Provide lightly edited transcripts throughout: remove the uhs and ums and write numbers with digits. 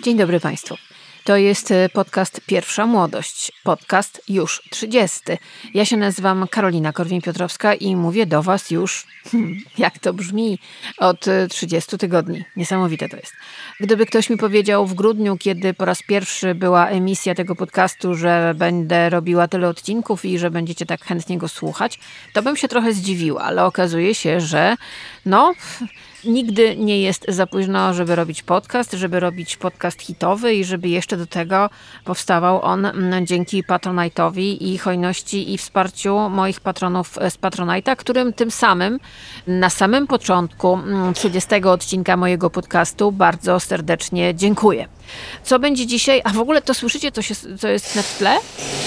Dzień dobry Państwu. To jest podcast Pierwsza Młodość, podcast już 30. Ja się nazywam Karolina Korwin-Piotrowska i mówię do Was już, jak to brzmi, od 30 tygodni. Niesamowite to jest. Gdyby ktoś mi powiedział w grudniu, kiedy po raz pierwszy była emisja tego podcastu, że będę robiła tyle odcinków i że będziecie tak chętnie go słuchać, to bym się trochę zdziwiła, ale okazuje się, że nigdy nie jest za późno, żeby robić podcast hitowy i żeby jeszcze do tego powstawał on dzięki Patronite'owi i hojności i wsparciu moich patronów z Patronite'a, którym tym samym na samym początku 30 odcinka mojego podcastu bardzo serdecznie dziękuję. Co będzie dzisiaj? A w ogóle to słyszycie, co jest w tle?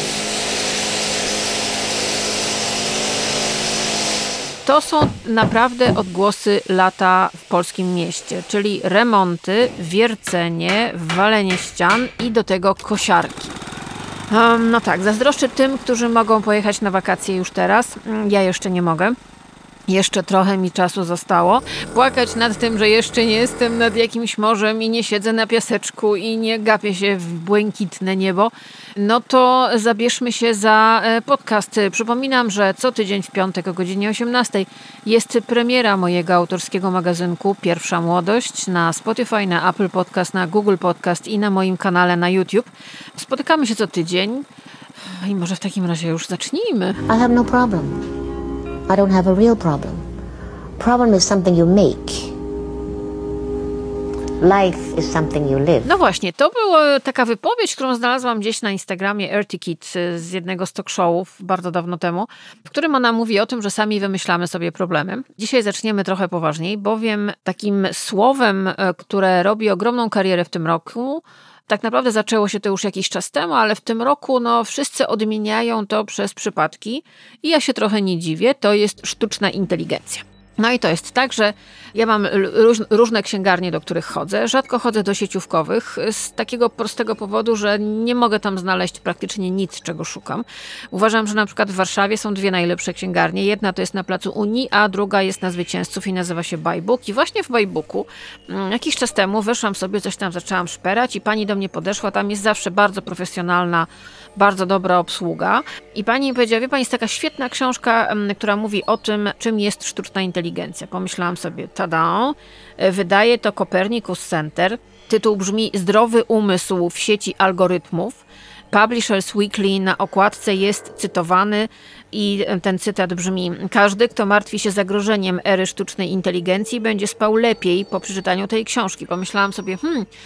To są naprawdę odgłosy lata w polskim mieście, czyli remonty, wiercenie, walenie ścian i do tego kosiarki. No tak, zazdroszczę tym, którzy mogą pojechać na wakacje już teraz. Ja jeszcze nie mogę. Jeszcze trochę mi czasu zostało. Płakać nad tym, że jeszcze nie jestem nad jakimś morzem i nie siedzę na piaseczku i nie gapię się w błękitne niebo, no to zabierzmy się za podcast. Przypominam, że co tydzień w piątek o godzinie 18 jest premiera mojego autorskiego magazynku Pierwsza Młodość na Spotify, na Apple Podcast, na Google Podcast i na moim kanale na YouTube. Spotykamy się co tydzień i może w takim razie już zacznijmy. I have no problem. I don't have a real problem. Problem is something you make. Life is something you live. No właśnie, to była taka wypowiedź, którą znalazłam gdzieś na Instagramie Earthy Kid z jednego z talk showów bardzo dawno temu, w którym ona mówi o tym, że sami wymyślamy sobie problemy. Dzisiaj zaczniemy trochę poważniej, bowiem takim słowem, które robi ogromną karierę w tym roku, tak naprawdę zaczęło się to już jakiś czas temu, ale w tym roku wszyscy odmieniają to przez przypadki i ja się trochę nie dziwię, to jest sztuczna inteligencja. No i to jest tak, że ja mam różne księgarnie, do których chodzę. Rzadko chodzę do sieciówkowych z takiego prostego powodu, że nie mogę tam znaleźć praktycznie nic, czego szukam. Uważam, że na przykład w Warszawie są dwie najlepsze księgarnie. Jedna to jest na placu Unii, a druga jest na Zwycięzców i nazywa się Buybook. I właśnie w Buybooku jakiś czas temu weszłam sobie, coś tam zaczęłam szperać i pani do mnie podeszła. Tam jest zawsze bardzo profesjonalna, bardzo dobra obsługa. I pani mi powiedziała, wie pani, jest taka świetna książka, która mówi o tym, czym jest sztuczna inteligencja. Pomyślałam sobie, tada, wydaje to Copernicus Center. Tytuł brzmi Zdrowy umysł w sieci algorytmów. Publishers Weekly na okładce jest cytowany i ten cytat brzmi: każdy, kto martwi się zagrożeniem ery sztucznej inteligencji, będzie spał lepiej po przeczytaniu tej książki. Pomyślałam sobie,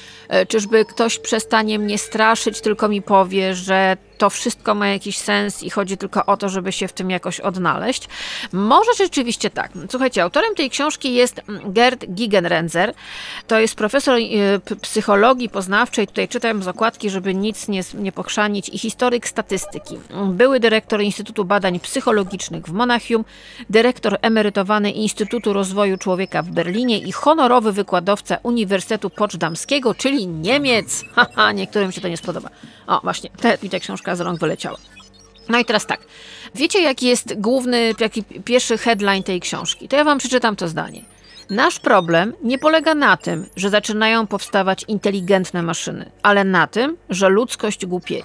czyżby ktoś przestanie mnie straszyć, tylko mi powie, że to wszystko ma jakiś sens i chodzi tylko o to, żeby się w tym jakoś odnaleźć. Może rzeczywiście tak. Słuchajcie, autorem tej książki jest Gerd Gigerenzer. To jest profesor psychologii poznawczej. Tutaj czytam z okładki, żeby nic nie pochrzanić. I historyk statystyki. Były dyrektor Instytutu Badań Psychologicznych w Monachium, dyrektor emerytowany Instytutu Rozwoju Człowieka w Berlinie i honorowy wykładowca Uniwersytetu Poczdamskiego, czyli Niemiec. Niektórym się to nie spodoba. O, właśnie, ta książka z rąk wyleciała. No i teraz tak. Wiecie, jaki jest jaki pierwszy headline tej książki? To ja wam przeczytam to zdanie. Nasz problem nie polega na tym, że zaczynają powstawać inteligentne maszyny, ale na tym, że ludzkość głupieje.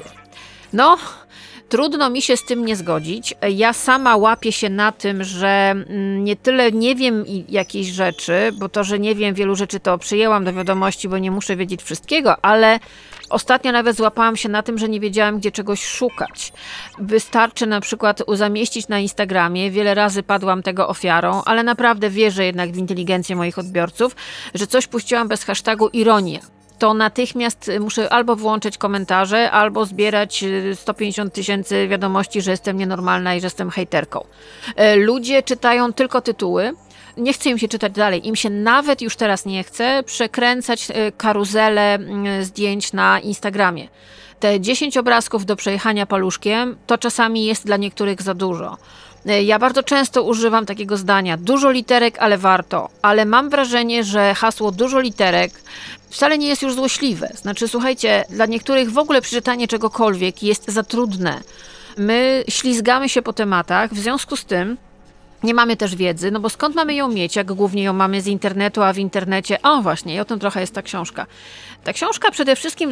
Trudno mi się z tym nie zgodzić. Ja sama łapię się na tym, że nie tyle nie wiem jakiejś rzeczy, bo to, że nie wiem wielu rzeczy, to przyjęłam do wiadomości, bo nie muszę wiedzieć wszystkiego, ale ostatnio nawet złapałam się na tym, że nie wiedziałam, gdzie czegoś szukać. Wystarczy na przykład zamieścić na Instagramie, wiele razy padłam tego ofiarą, ale naprawdę wierzę jednak w inteligencję moich odbiorców, że coś puściłam bez hashtagu ironia. To natychmiast muszę albo włączyć komentarze, albo zbierać 150 000 wiadomości, że jestem nienormalna i że jestem hejterką. Ludzie czytają tylko tytuły. Nie chce im się czytać dalej. Im się nawet już teraz nie chce przekręcać karuzelę zdjęć na Instagramie. Te 10 obrazków do przejechania paluszkiem, to czasami jest dla niektórych za dużo. Ja bardzo często używam takiego zdania, dużo literek, ale warto. Ale mam wrażenie, że hasło dużo literek wcale nie jest już złośliwe. Znaczy, słuchajcie, dla niektórych w ogóle przeczytanie czegokolwiek jest za trudne. My ślizgamy się po tematach, w związku z tym Nie mamy też wiedzy, no bo skąd mamy ją mieć, jak głównie ją mamy z internetu, a w internecie, o właśnie, i o tym trochę jest ta książka. Ta książka przede wszystkim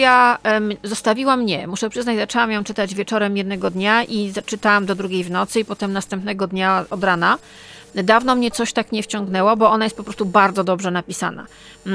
zostawiła mnie, muszę przyznać, zaczęłam ją czytać wieczorem jednego dnia i czytałam do 2 w nocy i potem następnego dnia od rana. Dawno mnie coś tak nie wciągnęło, bo ona jest po prostu bardzo dobrze napisana.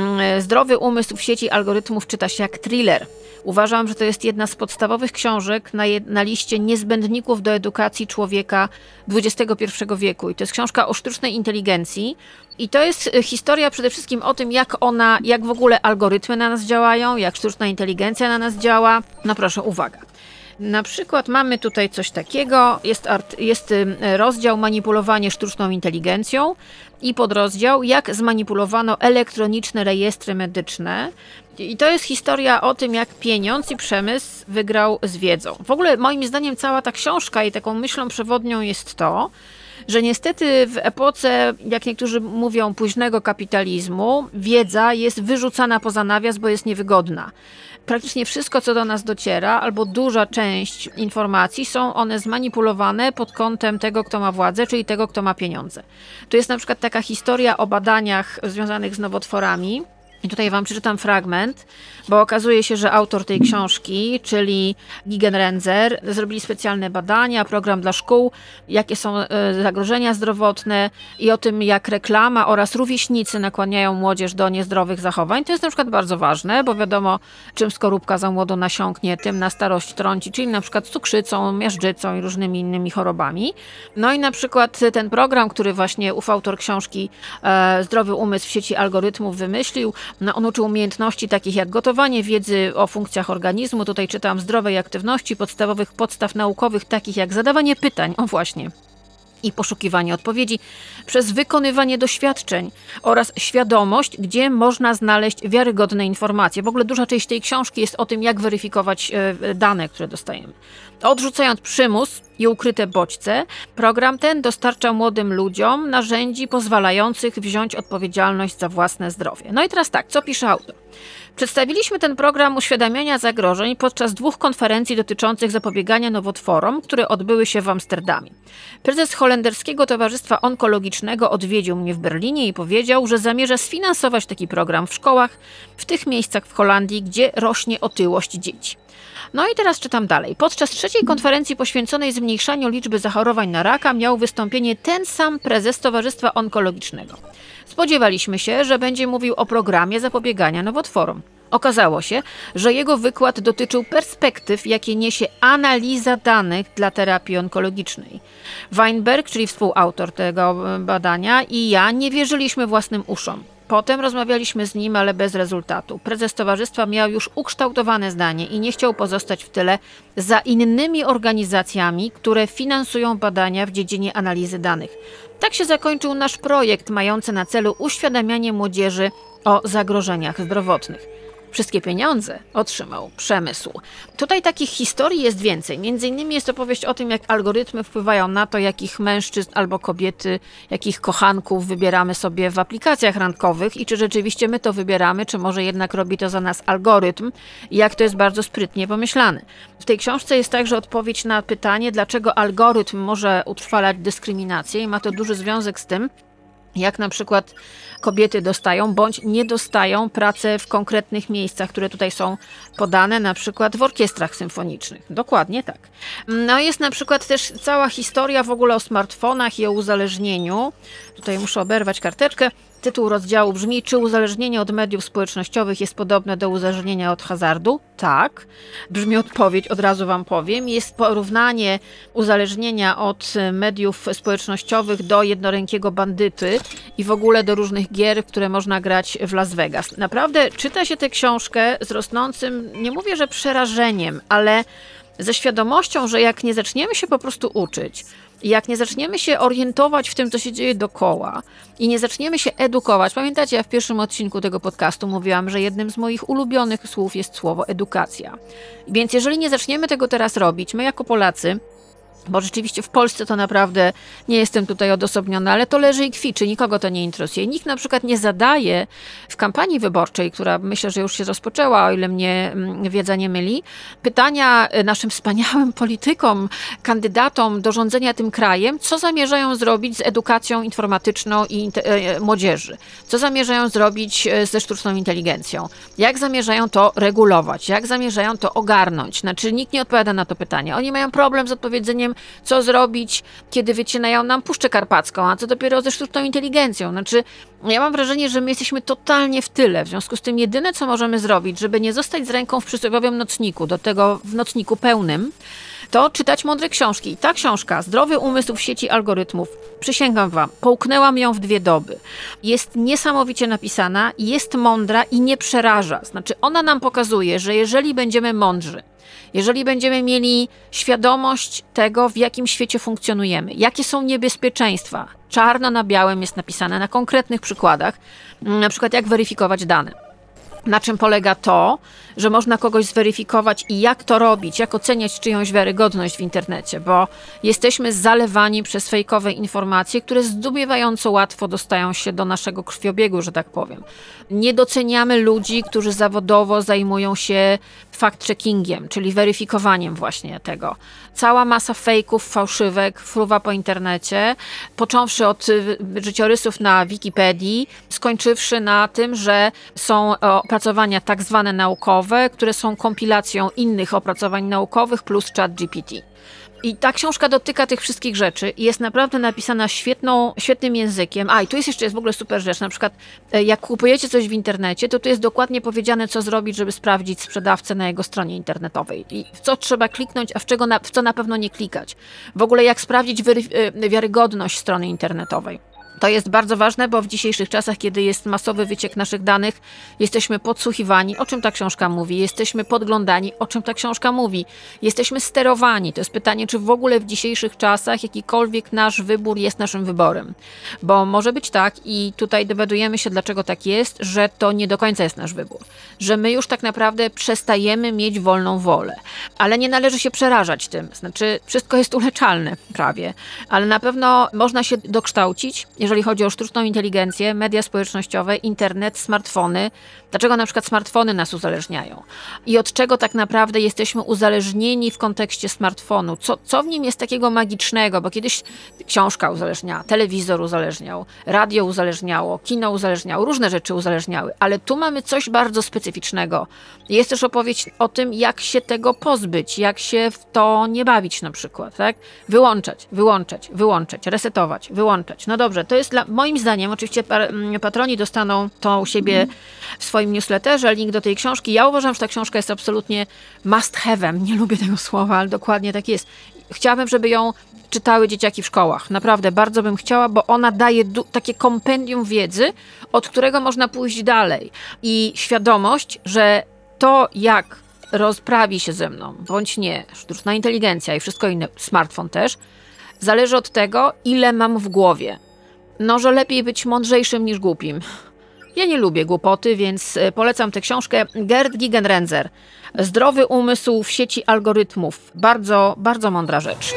Zdrowy umysł w sieci algorytmów czyta się jak thriller. Uważam, że to jest jedna z podstawowych książek na liście niezbędników do edukacji człowieka XXI wieku. I to jest książka o sztucznej inteligencji. I to jest historia przede wszystkim o tym, jak w ogóle algorytmy na nas działają, jak sztuczna inteligencja na nas działa. No proszę, uwaga. Na przykład mamy tutaj coś takiego, jest rozdział manipulowanie sztuczną inteligencją i podrozdział jak zmanipulowano elektroniczne rejestry medyczne. I to jest historia o tym, jak pieniądz i przemysł wygrał z wiedzą. W ogóle moim zdaniem cała ta książka i taką myślą przewodnią jest to, że niestety w epoce, jak niektórzy mówią, późnego kapitalizmu, wiedza jest wyrzucana poza nawias, bo jest niewygodna. Praktycznie wszystko, co do nas dociera, albo duża część informacji, są one zmanipulowane pod kątem tego, kto ma władzę, czyli tego, kto ma pieniądze. Tu jest na przykład taka historia o badaniach związanych z nowotworami. I tutaj wam przeczytam fragment, bo okazuje się, że autor tej książki, czyli Gigen Renzer, zrobili specjalne badania, program dla szkół, jakie są zagrożenia zdrowotne i o tym, jak reklama oraz rówieśnicy nakłaniają młodzież do niezdrowych zachowań. To jest na przykład bardzo ważne, bo wiadomo, czym skorupka za młodo nasiąknie, tym na starość trąci, czyli na przykład cukrzycą, miażdżycą i różnymi innymi chorobami. No i na przykład ten program, który właśnie autor książki Zdrowy umysł w sieci algorytmów wymyślił, no, on uczył umiejętności takich jak gotowanie, wiedzy o funkcjach organizmu, tutaj czytam zdrowej aktywności, podstawowych podstaw naukowych takich jak zadawanie pytań, o właśnie, i poszukiwanie odpowiedzi przez wykonywanie doświadczeń oraz świadomość, gdzie można znaleźć wiarygodne informacje. W ogóle duża część tej książki jest o tym, jak weryfikować dane, które dostajemy. Odrzucając przymus i ukryte bodźce, program ten dostarcza młodym ludziom narzędzi pozwalających wziąć odpowiedzialność za własne zdrowie. No i teraz tak, co pisze autor? Przedstawiliśmy ten program uświadamiania zagrożeń podczas 2 konferencji dotyczących zapobiegania nowotworom, które odbyły się w Amsterdamie. Prezes Holenderskiego Towarzystwa Onkologicznego odwiedził mnie w Berlinie i powiedział, że zamierza sfinansować taki program w szkołach, w tych miejscach w Holandii, gdzie rośnie otyłość dzieci. No i teraz czytam dalej. Podczas 3. konferencji poświęconej zmniejszaniu liczby zachorowań na raka miał wystąpienie ten sam prezes Towarzystwa Onkologicznego. Spodziewaliśmy się, że będzie mówił o programie zapobiegania nowotworom. Okazało się, że jego wykład dotyczył perspektyw, jakie niesie analiza danych dla terapii onkologicznej. Weinberg, czyli współautor tego badania, i ja nie wierzyliśmy własnym uszom. Potem rozmawialiśmy z nim, ale bez rezultatu. Prezes towarzystwa miał już ukształtowane zdanie i nie chciał pozostać w tyle za innymi organizacjami, które finansują badania w dziedzinie analizy danych. Tak się zakończył nasz projekt mający na celu uświadamianie młodzieży o zagrożeniach zdrowotnych. Wszystkie pieniądze otrzymał przemysł. Tutaj takich historii jest więcej. Między innymi jest opowieść o tym, jak algorytmy wpływają na to, jakich mężczyzn albo kobiety, jakich kochanków wybieramy sobie w aplikacjach randkowych i czy rzeczywiście my to wybieramy, czy może jednak robi to za nas algorytm i jak to jest bardzo sprytnie pomyślane. W tej książce jest także odpowiedź na pytanie, dlaczego algorytm może utrwalać dyskryminację i ma to duży związek z tym, jak na przykład kobiety dostają bądź nie dostają pracy w konkretnych miejscach, które tutaj są podane, na przykład w orkiestrach symfonicznych. Dokładnie tak. No jest na przykład też cała historia w ogóle o smartfonach i o uzależnieniu. Tutaj muszę oberwać karteczkę. Tytuł rozdziału brzmi: czy uzależnienie od mediów społecznościowych jest podobne do uzależnienia od hazardu? Tak. Brzmi odpowiedź, od razu wam powiem. Jest porównanie uzależnienia od mediów społecznościowych do jednorękiego bandyty i w ogóle do różnych gier, w które można grać w Las Vegas. Naprawdę czyta się tę książkę z rosnącym, nie mówię, że przerażeniem, ale ze świadomością, że jak nie zaczniemy się po prostu uczyć, jak nie zaczniemy się orientować w tym, co się dzieje dookoła i nie zaczniemy się edukować. Pamiętacie, ja w pierwszym odcinku tego podcastu mówiłam, że jednym z moich ulubionych słów jest słowo edukacja. Więc jeżeli nie zaczniemy tego teraz robić, my jako Polacy, Bo rzeczywiście w Polsce to naprawdę, nie jestem tutaj odosobniona, ale to leży i kwiczy, nikogo to nie interesuje. Nikt na przykład nie zadaje w kampanii wyborczej, która myślę, że już się rozpoczęła, o ile mnie wiedza nie myli, pytania naszym wspaniałym politykom, kandydatom do rządzenia tym krajem, co zamierzają zrobić z edukacją informatyczną i młodzieży, co zamierzają zrobić ze sztuczną inteligencją, jak zamierzają to regulować, jak zamierzają to ogarnąć. Znaczy nikt nie odpowiada na to pytanie. Oni mają problem z odpowiedzeniem, co zrobić, kiedy wycinają nam Puszczę Karpacką, a co dopiero ze sztuczną inteligencją. Znaczy, ja mam wrażenie, że my jesteśmy totalnie w tyle. W związku z tym jedyne, co możemy zrobić, żeby nie zostać z ręką w przysłowiowym nocniku, do tego w nocniku pełnym, to czytać mądre książki. I ta książka, Zdrowy umysł w sieci algorytmów, przysięgam wam, połknęłam ją w 2 doby. Jest niesamowicie napisana, jest mądra i nie przeraża. Znaczy, ona nam pokazuje, że jeżeli będziemy mądrzy, jeżeli będziemy mieli świadomość tego, w jakim świecie funkcjonujemy, jakie są niebezpieczeństwa, czarno na białym jest napisane na konkretnych przykładach, na przykład jak weryfikować dane. Na czym polega to, że można kogoś zweryfikować i jak to robić, jak oceniać czyjąś wiarygodność w internecie, bo jesteśmy zalewani przez fejkowe informacje, które zdumiewająco łatwo dostają się do naszego krwiobiegu, że tak powiem. Nie doceniamy ludzi, którzy zawodowo zajmują się fact-checkingiem, czyli weryfikowaniem właśnie tego. Cała masa fejków, fałszywek fruwa po internecie, począwszy od życiorysów na Wikipedii, skończywszy na tym, że są opracowania tak zwane naukowe, które są kompilacją innych opracowań naukowych plus ChatGPT. I ta książka dotyka tych wszystkich rzeczy i jest naprawdę napisana świetnym językiem. I tu jest w ogóle super rzecz. Na przykład jak kupujecie coś w internecie, to tu jest dokładnie powiedziane, co zrobić, żeby sprawdzić sprzedawcę na jego stronie internetowej. I w co trzeba kliknąć, a w co na pewno nie klikać. W ogóle jak sprawdzić wiarygodność strony internetowej. To jest bardzo ważne, bo w dzisiejszych czasach, kiedy jest masowy wyciek naszych danych, jesteśmy podsłuchiwani, o czym ta książka mówi, jesteśmy podglądani, o czym ta książka mówi, jesteśmy sterowani. To jest pytanie, czy w ogóle w dzisiejszych czasach jakikolwiek nasz wybór jest naszym wyborem. Bo może być tak, i tutaj dowiadujemy się, dlaczego tak jest, że to nie do końca jest nasz wybór. Że my już tak naprawdę przestajemy mieć wolną wolę. Ale nie należy się przerażać tym. Znaczy, wszystko jest uleczalne prawie, ale na pewno można się dokształcić, jeżeli chodzi o sztuczną inteligencję, media społecznościowe, internet, smartfony. Dlaczego na przykład smartfony nas uzależniają? I od czego tak naprawdę jesteśmy uzależnieni w kontekście smartfonu? Co w nim jest takiego magicznego? Bo kiedyś książka uzależniała, telewizor uzależniał, radio uzależniało, kino uzależniało, różne rzeczy uzależniały. Ale tu mamy coś bardzo specyficznego. Jest też opowieść o tym, jak się tego pozbyć, jak się w to nie bawić na przykład. Tak? Wyłączać, resetować, wyłączać. No dobrze, to jest moim zdaniem, oczywiście patroni dostaną to u siebie w swoim newsletterze, link do tej książki. Ja uważam, że ta książka jest absolutnie must have'em. Nie lubię tego słowa, ale dokładnie tak jest. Chciałabym, żeby ją czytały dzieciaki w szkołach. Naprawdę, bardzo bym chciała, bo ona daje takie kompendium wiedzy, od którego można pójść dalej. I świadomość, że to, jak rozprawi się ze mną, bądź nie, sztuczna inteligencja i wszystko inne, smartfon też, zależy od tego, ile mam w głowie. No, że lepiej być mądrzejszym niż głupim. Ja nie lubię głupoty, więc polecam tę książkę. Gerd Gigerenzer. Zdrowy umysł w sieci algorytmów. Bardzo, bardzo mądra rzecz.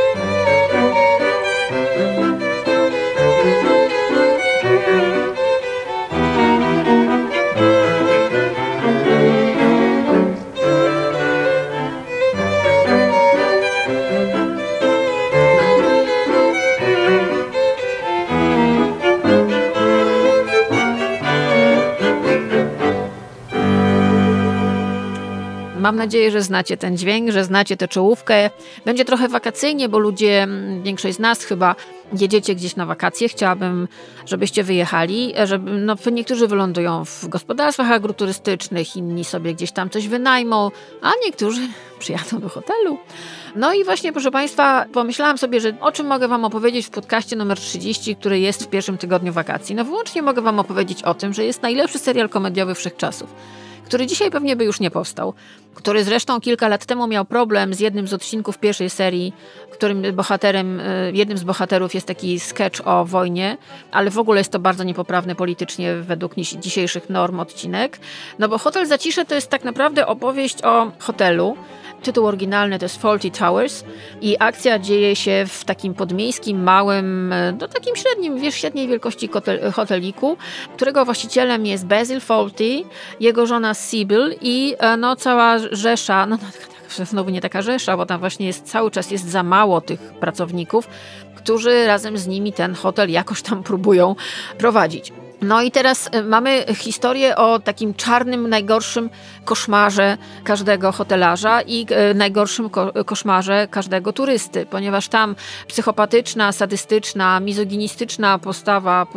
Mam nadzieję, że znacie ten dźwięk, że znacie tę czołówkę. Będzie trochę wakacyjnie, bo ludzie, większość z nas chyba jedziecie gdzieś na wakacje. Chciałabym, żebyście wyjechali. Niektórzy wylądują w gospodarstwach agroturystycznych, inni sobie gdzieś tam coś wynajmą, a niektórzy przyjadą do hotelu. No i właśnie, proszę Państwa, pomyślałam sobie, że o czym mogę Wam opowiedzieć w podcaście numer 30, który jest w pierwszym tygodniu wakacji. No wyłącznie mogę Wam opowiedzieć o tym, że jest najlepszy serial komediowy wszechczasów, który dzisiaj pewnie by już nie powstał, który zresztą kilka lat temu miał problem z jednym z odcinków pierwszej serii, którym jednym z bohaterów jest taki sketch o wojnie, ale w ogóle jest to bardzo niepoprawny politycznie według dzisiejszych norm odcinek. No bo Hotel Zacisze to jest tak naprawdę opowieść o hotelu, Tytuł oryginalny to jest Fawlty Towers i akcja dzieje się w takim podmiejskim, małym, takim średniej wielkości hoteliku, którego właścicielem jest Basil Fawlty, jego żona Sybil i cała rzesza, znowu nie taka rzesza, bo tam właśnie cały czas jest za mało tych pracowników, którzy razem z nimi ten hotel jakoś tam próbują prowadzić. No i teraz mamy historię o takim czarnym, najgorszym koszmarze każdego hotelarza i najgorszym koszmarze każdego turysty, ponieważ tam psychopatyczna, sadystyczna, mizoginistyczna postawa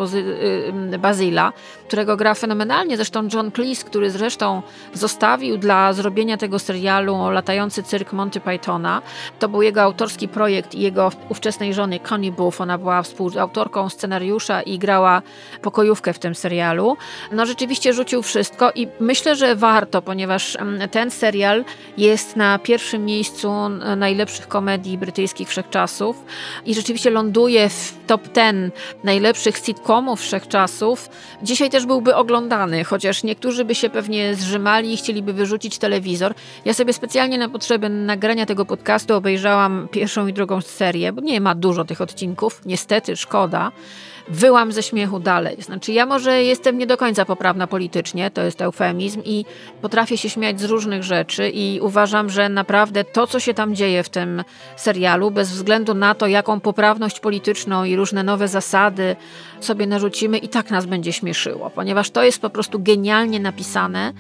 Basila, którego gra fenomenalnie zresztą John Cleese, który zresztą zostawił dla zrobienia tego serialu Latający cyrk Monty Pythona. To był jego autorski projekt i jego ówczesnej żony Connie Booth. Ona była współautorką scenariusza i grała pokojówkę w tym serialu. No rzeczywiście rzucił wszystko i myślę, że warto, ponieważ ten serial jest na pierwszym miejscu najlepszych komedii brytyjskich wszechczasów i rzeczywiście ląduje w top 10 najlepszych sitcomów wszechczasów. Dzisiaj też byłby oglądany, chociaż niektórzy by się pewnie zrzymali i chcieliby wyrzucić telewizor. Ja sobie specjalnie na potrzeby nagrania tego podcastu obejrzałam pierwszą i drugą serię, bo nie ma dużo tych odcinków, niestety, szkoda. Wyłam ze śmiechu dalej. Znaczy ja może jestem nie do końca poprawna politycznie, to jest eufemizm i potrafię się śmiać z różnych rzeczy i uważam, że naprawdę to, co się tam dzieje w tym serialu, bez względu na to, jaką poprawność polityczną i różne nowe zasady sobie narzucimy, i tak nas będzie śmieszyło, ponieważ to jest po prostu genialnie napisane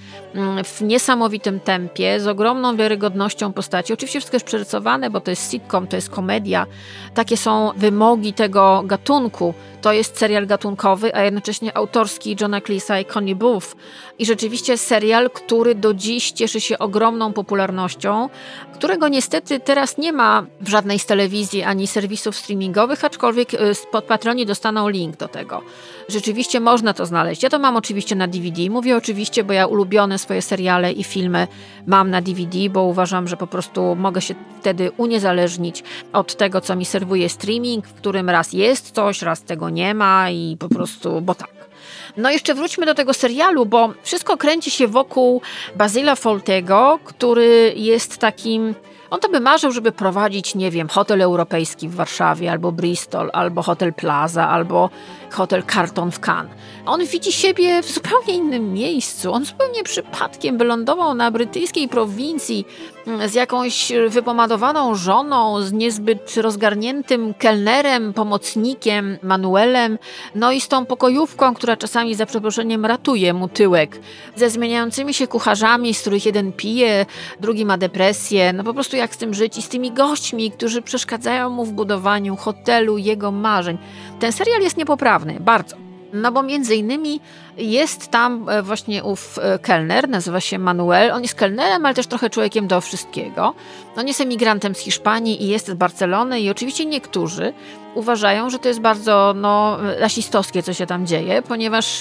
w niesamowitym tempie, z ogromną wiarygodnością postaci. Oczywiście wszystko jest przerysowane, bo to jest sitcom, to jest komedia. Takie są wymogi tego gatunku. To jest serial gatunkowy, a jednocześnie autorski Johna Cleese'a i Connie Booth. I rzeczywiście serial, który do dziś cieszy się ogromną popularnością, którego niestety teraz nie ma w żadnej z telewizji ani serwisów streamingowych, aczkolwiek spod patroni dostaną link do tego. Rzeczywiście można to znaleźć. Ja to mam oczywiście na DVD. Mówię oczywiście, bo ja ulubione swoje seriale i filmy mam na DVD, bo uważam, że po prostu mogę się wtedy uniezależnić od tego, co mi serwuje streaming, w którym raz jest coś, raz tego nie ma i po prostu, bo tak. No jeszcze wróćmy do tego serialu, bo wszystko kręci się wokół Basila Fawlty'ego, który jest takim... On to by marzył, żeby prowadzić, nie wiem, hotel europejski w Warszawie, albo Bristol, albo hotel Plaza, albo hotel Carlton w Cannes. On widzi siebie w zupełnie innym miejscu. On zupełnie przypadkiem wylądował na brytyjskiej prowincji z jakąś wypomadowaną żoną, z niezbyt rozgarniętym kelnerem, pomocnikiem, Manuelem, no i z tą pokojówką, która czasami za przeproszeniem ratuje mu tyłek, ze zmieniającymi się kucharzami, z których jeden pije, drugi ma depresję, no po prostu jak z tym żyć i z tymi gośćmi, którzy przeszkadzają mu w budowaniu hotelu jego marzeń. Ten serial jest niepoprawny, bardzo. No bo między innymi jest tam właśnie ów kelner, nazywa się Manuel. On jest kelnerem, ale też trochę człowiekiem do wszystkiego. On jest emigrantem z Hiszpanii i jest z Barcelony i oczywiście niektórzy uważają, że to jest bardzo rasistowskie, co się tam dzieje, ponieważ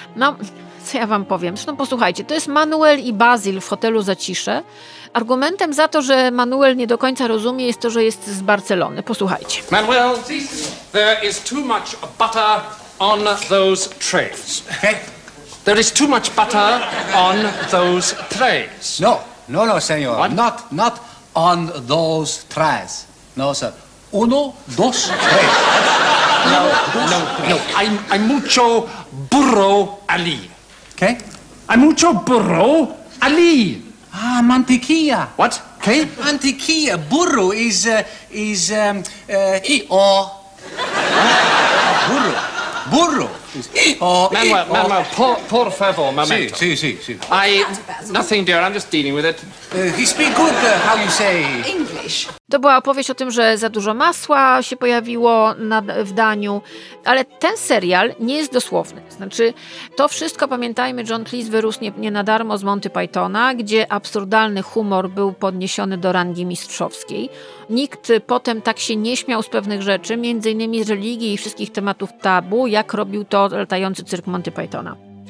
co ja wam powiem? Zresztą posłuchajcie, to jest Manuel i Basil w hotelu Zacisze. Argumentem za to, że Manuel nie do końca rozumie, jest to, że jest z Barcelony. Posłuchajcie. Manuel, there is too much butter on those trays. Okay? There is too much butter on those trays. No, señor. What? Not on those trays. No, sir. Uno, dos, tres. No. I'm mucho burro Ali. Okay? I'm mucho burro Ali. Ah, mantequilla. What? Okay? Mantequilla. Burro is burro. Manuel, por favor, momento. Sí. Nothing, dear, I'm just dealing with it. He speak good, how you say? English. To była opowieść o tym, że za dużo masła się pojawiło w daniu, ale ten serial nie jest dosłowny. Znaczy, to wszystko, pamiętajmy, John Cleese wyrósł nie na darmo z Monty Pythona, gdzie absurdalny humor był podniesiony do rangi mistrzowskiej. Nikt potem tak się nie śmiał z pewnych rzeczy, między innymi z religii i wszystkich tematów tabu, jak robił to latający cyrk Monty Pythona.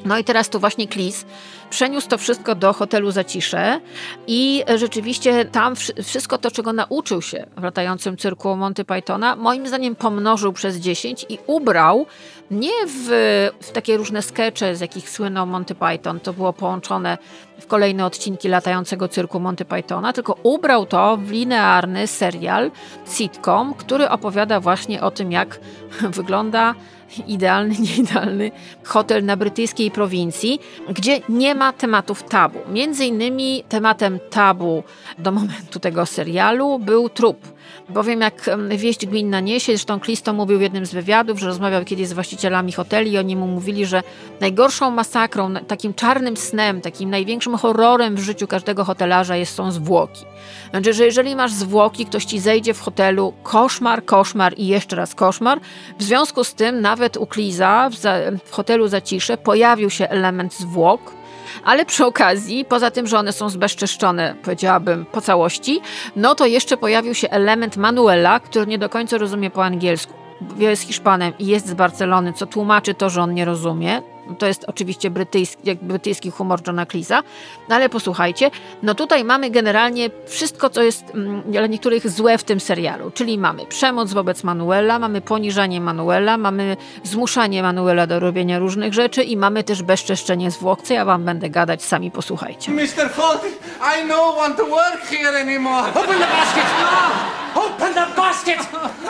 No i teraz tu właśnie Cleese przeniósł to wszystko do hotelu Zacisze i rzeczywiście tam wszystko to, czego nauczył się w latającym cyrku Monty Pythona, moim zdaniem pomnożył przez 10 i ubrał nie w takie różne skecze, z jakich słynął Monty Python, to było połączone w kolejne odcinki latającego cyrku Monty Pythona, tylko ubrał to w linearny serial, sitcom, który opowiada właśnie o tym, jak wygląda idealny, nieidealny hotel na brytyjskiej prowincji, gdzie nie ma tematów tabu. Między innymi tematem tabu do momentu tego serialu był trup. Bowiem jak wieść gminna niesie, zresztą Cleese to mówił w jednym z wywiadów, że rozmawiał kiedyś z właścicielami hoteli i oni mu mówili, że najgorszą masakrą, takim czarnym snem, takim największym horrorem w życiu każdego hotelarza są zwłoki. Znaczy, że jeżeli masz zwłoki, ktoś ci zejdzie w hotelu, koszmar i jeszcze raz koszmar. W związku z tym nawet u Cleese'a w hotelu Zacisze pojawił się element zwłok, ale przy okazji, poza tym, że one są zbezczeszczone, powiedziałabym, po całości, no to jeszcze pojawił się element Manuela, który nie do końca rozumie po angielsku. Jest Hiszpanem i jest z Barcelony, co tłumaczy to, że on nie rozumie. To jest oczywiście brytyjski humor Johna Cleese'a, no ale posłuchajcie, no tutaj mamy generalnie wszystko, co jest dla niektórych złe w tym serialu, czyli mamy przemoc wobec Manuela, mamy poniżanie Manuela, mamy zmuszanie Manuela do robienia różnych rzeczy i mamy też bezczeszczenie zwłok, co ja wam będę gadać, sami posłuchajcie. Mr. Fawlty, I no want to work here anymore. Open the basket! Open the basket!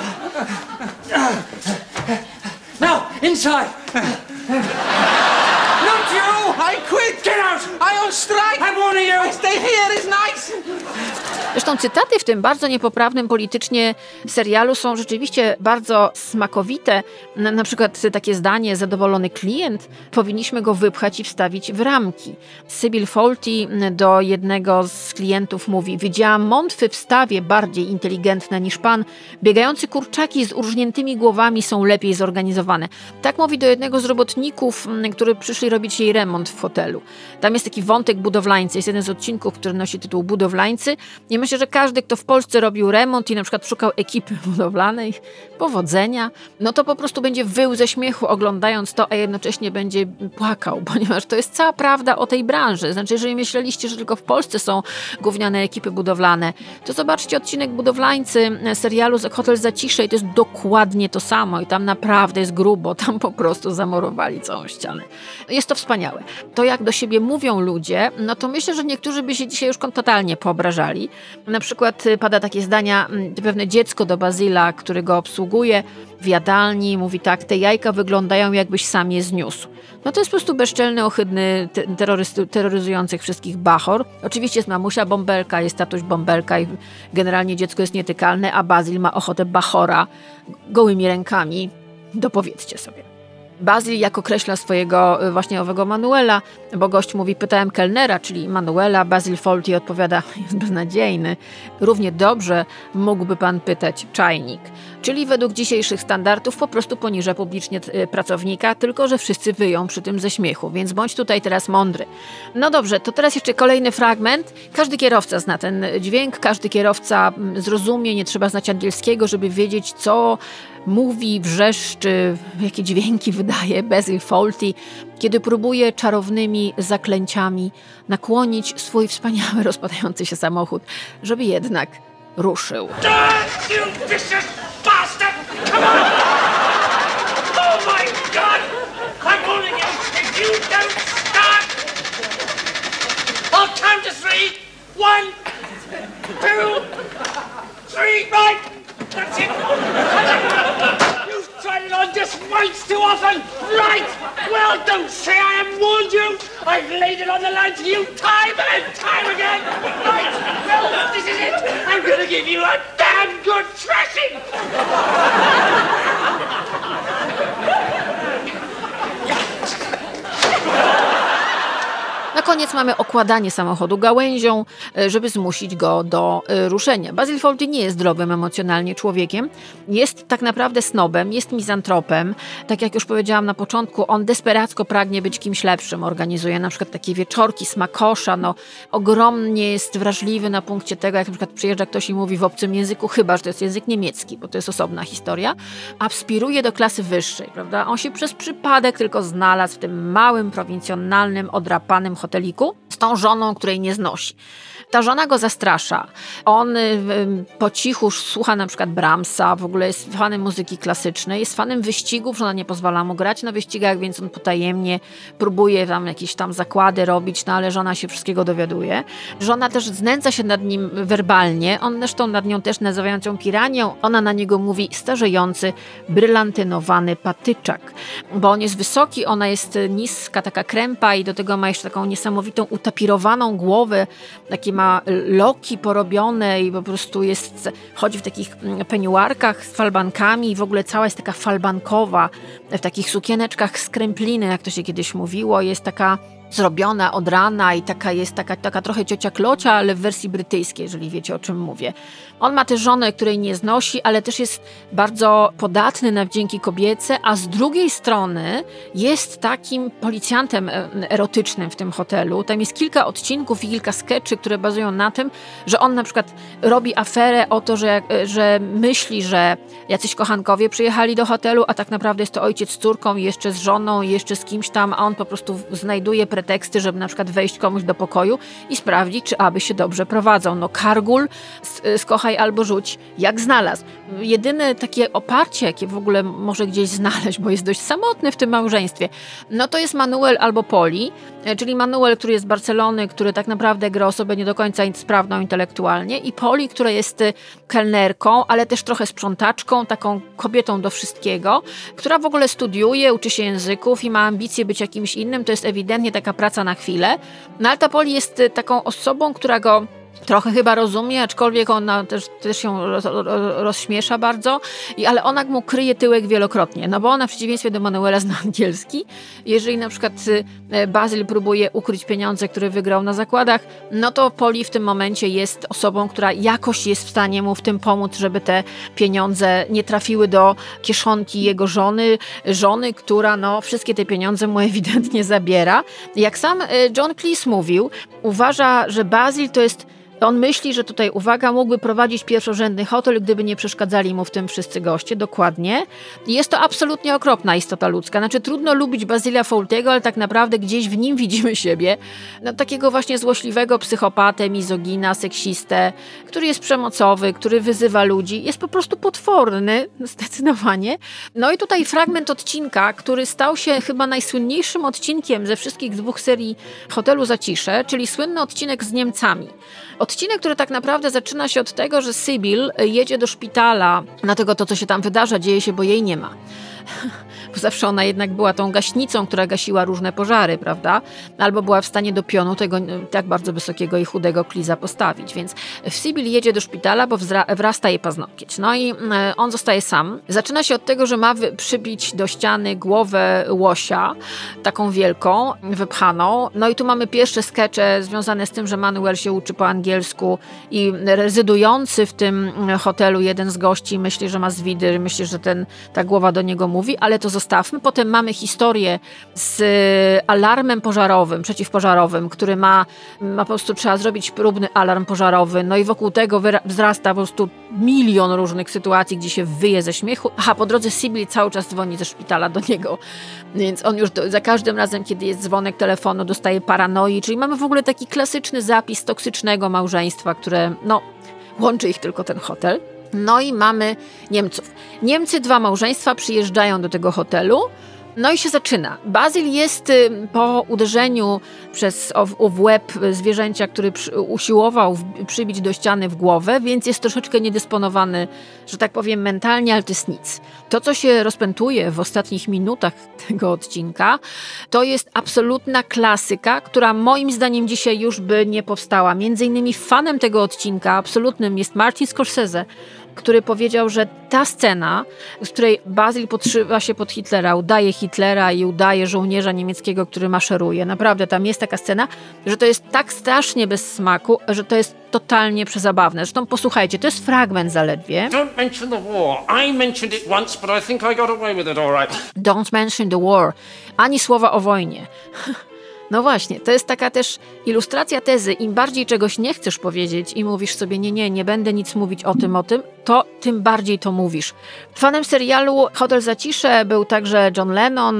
Now, inside! Not you! I quit! Get out! I on strike! I'm warning you! Stay here is nice! Zresztą cytaty w tym bardzo niepoprawnym politycznie serialu są rzeczywiście bardzo smakowite. Na przykład takie zdanie, zadowolony klient, powinniśmy go wypchać i wstawić w ramki. Sybil Fawlty do jednego z klientów mówi: widziałam mątwy w stawie bardziej inteligentne niż pan. Biegający kurczaki z urżniętymi głowami są lepiej zorganizowane. Tak mówi do jednego z robotników, którzy przyszli robić jej remont w hotelu. Tam jest taki wątek budowlańcy. Jest jeden z odcinków, który nosi tytuł Budowlańcy. I myślę, że każdy, kto w Polsce robił remont i na przykład szukał ekipy budowlanej, powodzenia, no to po prostu będzie wył ze śmiechu oglądając to, a jednocześnie będzie płakał, ponieważ to jest cała prawda o tej branży. Znaczy, jeżeli myśleliście, że tylko w Polsce są gówniane ekipy budowlane, to zobaczcie odcinek Budowlańcy serialu Hotel Zacisze i to jest dokładnie to samo i tam naprawdę jest grubo, tam po prostu zamurowali całą ścianę. Jest to wspaniałe. To jak do siebie mówią ludzie, no to myślę, że niektórzy by się dzisiaj już totalnie poobrażali. Na przykład pada takie zdania, pewne dziecko do Bazila, który go obsługuje w jadalni, mówi tak: te jajka wyglądają, jakbyś sam je zniósł. No to jest po prostu bezczelny, ohydny, terroryzujących wszystkich bachor. Oczywiście jest mamusia bąbelka, jest tatuś bąbelka i generalnie dziecko jest nietykalne, a Bazil ma ochotę bachora gołymi rękami. Dopowiedzcie sobie. Bazil jak określa swojego właśnie owego Manuela, bo gość mówi: pytałem kelnera, czyli Manuela. Basil Fawlty odpowiada: jest beznadziejny. Równie dobrze mógłby pan pytać czajnik. Czyli według dzisiejszych standardów po prostu poniża publicznie pracownika, tylko że wszyscy wyją przy tym ze śmiechu, więc bądź tutaj teraz mądry. No dobrze, to teraz jeszcze kolejny fragment. Każdy kierowca zna ten dźwięk, każdy kierowca zrozumie, nie trzeba znać angielskiego, żeby wiedzieć, co mówi, wrzeszczy, jakie dźwięki wydaje Basil Fawlty, kiedy próbuje czarownymi zaklęciami nakłonić swój wspaniały, rozpadający się samochód, żeby jednak ruszył. You vicious bastard! Come on! Oh my God! I'm warning you! If you don't start, I'll count to 3. 1, 2, 3. Right! That's it! You've tried it on just once too often! Right! Well, don't say I haven't warned you! I've laid it on the line to you time and time again! Right! Well, this is it! I'm gonna give you a damn good thrashing! No koniec mamy okładanie samochodu gałęzią, żeby zmusić go do ruszenia. Basil Fawlty nie jest zdrowym emocjonalnie człowiekiem. Jest tak naprawdę snobem, jest mizantropem. Tak jak już powiedziałam na początku, on desperacko pragnie być kimś lepszym. Organizuje na przykład takie wieczorki, smakosza. Ogromnie jest wrażliwy na punkcie tego, jak na przykład przyjeżdża ktoś i mówi w obcym języku, chyba że to jest język niemiecki, bo to jest osobna historia. Aspiruje do klasy wyższej, prawda? On się przez przypadek tylko znalazł w tym małym, prowincjonalnym, odrapanym hoteliku z tą żoną, której nie znosi. Ta żona go zastrasza. On po cichu słucha na przykład Brahmsa, w ogóle jest fanem muzyki klasycznej, jest fanem wyścigów, żona nie pozwala mu grać na wyścigach, więc on potajemnie próbuje tam jakieś tam zakłady robić, ale żona się wszystkiego dowiaduje. Żona też znęca się nad nim werbalnie, on zresztą nad nią też nazywając ją piranią, ona na niego mówi starzejący, brylantynowany patyczak, bo on jest wysoki, ona jest niska, taka krępa i do tego ma jeszcze taką niesamowitą utapirowaną głowę, takie ma loki porobione i po prostu chodzi w takich peniuarkach z falbankami i w ogóle cała jest taka falbankowa, w takich sukieneczkach z krępliny, jak to się kiedyś mówiło, jest taka zrobiona od rana i jest taka trochę ciocia Klocia, ale w wersji brytyjskiej, jeżeli wiecie, o czym mówię. On ma też żonę, której nie znosi, ale też jest bardzo podatny na wdzięki kobiece, a z drugiej strony jest takim policjantem erotycznym w tym hotelu. Tam jest kilka odcinków i kilka skeczy, które bazują na tym, że on na przykład robi aferę o to, że myśli, że jacyś kochankowie przyjechali do hotelu, a tak naprawdę jest to ojciec z córką, jeszcze z żoną, jeszcze z kimś tam, a on po prostu znajduje preteksty, żeby na przykład wejść komuś do pokoju i sprawdzić, czy aby się dobrze prowadzą. Kargul, skochaj albo rzuć, jak znalazł. Jedyne takie oparcie, jakie w ogóle może gdzieś znaleźć, bo jest dość samotny w tym małżeństwie, to jest Manuel albo Poli, czyli Manuel, który jest z Barcelony, który tak naprawdę gra osobę nie do końca sprawną intelektualnie i Poli, która jest kelnerką, ale też trochę sprzątaczką, taką kobietą do wszystkiego, która w ogóle studiuje, uczy się języków i ma ambicje być jakimś innym, to jest ewidentnie taka praca na chwilę. Ale ta Poli jest taką osobą, która go trochę chyba rozumie, aczkolwiek ona też się rozśmiesza bardzo, ale ona mu kryje tyłek wielokrotnie, bo ona w przeciwieństwie do Manuela zna angielski. Jeżeli na przykład Basil próbuje ukryć pieniądze, które wygrał na zakładach, to Poli w tym momencie jest osobą, która jakoś jest w stanie mu w tym pomóc, żeby te pieniądze nie trafiły do kieszonki jego żony, która wszystkie te pieniądze mu ewidentnie zabiera. Jak sam John Cleese mówił, uważa, że Basil to jest on myśli, że tutaj, uwaga, mógłby prowadzić pierwszorzędny hotel, gdyby nie przeszkadzali mu w tym wszyscy goście, dokładnie. I jest to absolutnie okropna istota ludzka. Znaczy, trudno lubić Basila Fawlty'ego, ale tak naprawdę gdzieś w nim widzimy siebie. Takiego właśnie złośliwego psychopatę, mizogina, seksistę, który jest przemocowy, który wyzywa ludzi. Jest po prostu potworny, zdecydowanie. I tutaj fragment odcinka, który stał się chyba najsłynniejszym odcinkiem ze wszystkich 2 serii Hotelu Zacisze, czyli słynny odcinek z Niemcami. Odcinek, który tak naprawdę zaczyna się od tego, że Sybil jedzie do szpitala, dlatego to, co się tam wydarza, dzieje się, bo jej nie ma. Bo zawsze ona jednak była tą gaśnicą, która gasiła różne pożary, prawda? Albo była w stanie do pionu tego tak bardzo wysokiego i chudego Cleese'a postawić. Więc Sybil jedzie do szpitala, bo wrasta jej paznokieć. I on zostaje sam. Zaczyna się od tego, że ma przybić do ściany głowę łosia, taką wielką, wypchaną. I tu mamy pierwsze skecze związane z tym, że Manuel się uczy po angielsku i rezydujący w tym hotelu jeden z gości myśli, że ma zwidy, myśli, że ta głowa do niego mówi, ale to zostawmy. Potem mamy historię z alarmem pożarowym, przeciwpożarowym, który ma po prostu trzeba zrobić próbny alarm pożarowy, i wokół tego wzrasta po prostu milion różnych sytuacji, gdzie się wyje ze śmiechu. Po drodze Sybil cały czas dzwoni ze szpitala do niego, więc on już za każdym razem, kiedy jest dzwonek telefonu, dostaje paranoi, czyli mamy w ogóle taki klasyczny zapis toksycznego małżeństwa, które, łączy ich tylko ten hotel. I mamy Niemców. Niemcy, 2 małżeństwa przyjeżdżają do tego hotelu. I się zaczyna. Basil jest po uderzeniu w łeb zwierzęcia, który usiłował przybić do ściany w głowę, więc jest troszeczkę niedysponowany, że tak powiem, mentalnie, ale to jest nic. To, co się rozpętuje w ostatnich minutach tego odcinka, to jest absolutna klasyka, która moim zdaniem dzisiaj już by nie powstała. Między innymi fanem tego odcinka absolutnym jest Martin Scorsese, który powiedział, że ta scena, z której Basil podszywa się pod Hitlera, udaje Hitlera i udaje żołnierza niemieckiego, który maszeruje. Naprawdę, tam jest taka scena, że to jest tak strasznie bez smaku, że to jest totalnie przezabawne. Zresztą posłuchajcie, to jest fragment zaledwie. Don't mention the war. I mentioned it once, but I think I got away with it all right. Don't mention the war. Ani słowa o wojnie. No właśnie, to jest taka też ilustracja tezy. Im bardziej czegoś nie chcesz powiedzieć i mówisz sobie, nie będę nic mówić o tym, to tym bardziej to mówisz. Fanem serialu Hotel Zacisze był także John Lennon,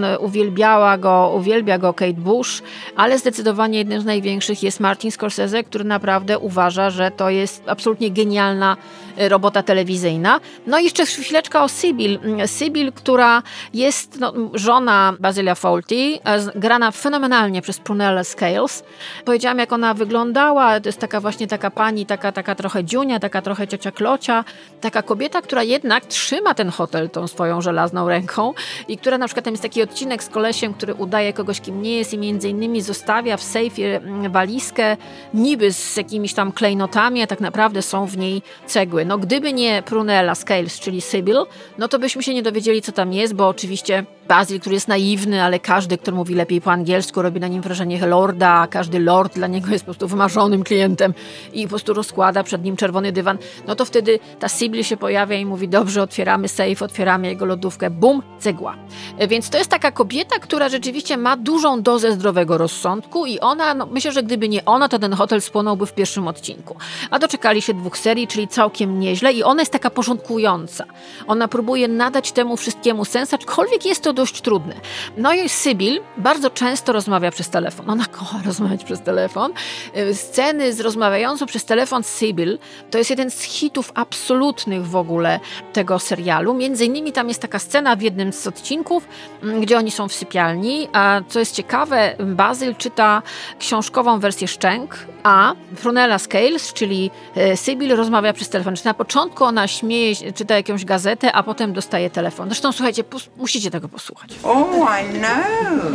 uwielbia go Kate Bush, ale zdecydowanie jednym z największych jest Martin Scorsese, który naprawdę uważa, że to jest absolutnie genialna robota telewizyjna. No i jeszcze chwileczka o Sybil, która jest żona Basila Fawlty, grana fenomenalnie przez Prunella Scales. Powiedziałam, jak ona wyglądała, to jest taka właśnie taka pani, taka trochę dziunia, taka trochę ciocia Klocia, taka kobieta, która jednak trzyma ten hotel tą swoją żelazną ręką i która na przykład tam jest taki odcinek z kolesiem, który udaje kogoś, kim nie jest i między innymi zostawia w sejfie walizkę niby z jakimiś tam klejnotami, a tak naprawdę są w niej cegły. No gdyby nie Prunella Scales, czyli Sybil, no to byśmy się nie dowiedzieli, co tam jest, bo oczywiście Basil, który jest naiwny, ale każdy, kto mówi lepiej po angielsku, robi na nim wrażenie lorda, a każdy lord dla niego jest po prostu wymarzonym klientem i po prostu rozkłada przed nim czerwony dywan, no to wtedy ta Sybil się pojawia i mówi, dobrze, otwieramy sejf, otwieramy jego lodówkę, bum, cegła. Więc to jest taka kobieta, która rzeczywiście ma dużą dozę zdrowego rozsądku i ona, myślę, że gdyby nie ona, to ten hotel spłonąłby w pierwszym odcinku. A doczekali się 2 serii, czyli całkiem nieźle i ona jest taka porządkująca. Ona próbuje nadać temu wszystkiemu sens, aczkolwiek jest to dość trudne. No i Sybil bardzo często rozmawia przez telefon. Ona kocha rozmawiać przez telefon. Sceny z rozmawiającą przez telefon Sybil to jest jeden z hitów absolutnych w ogóle tego serialu. Między innymi tam jest taka scena w jednym z odcinków, gdzie oni są w sypialni, a co jest ciekawe, Basil czyta książkową wersję Szczęk, a Prunella Scales, czyli Sybil, rozmawia przez telefon. Czyli na początku ona śmieje, czyta jakąś gazetę, a potem dostaje telefon. Zresztą słuchajcie, musicie tego posłuchać. Oh, I know.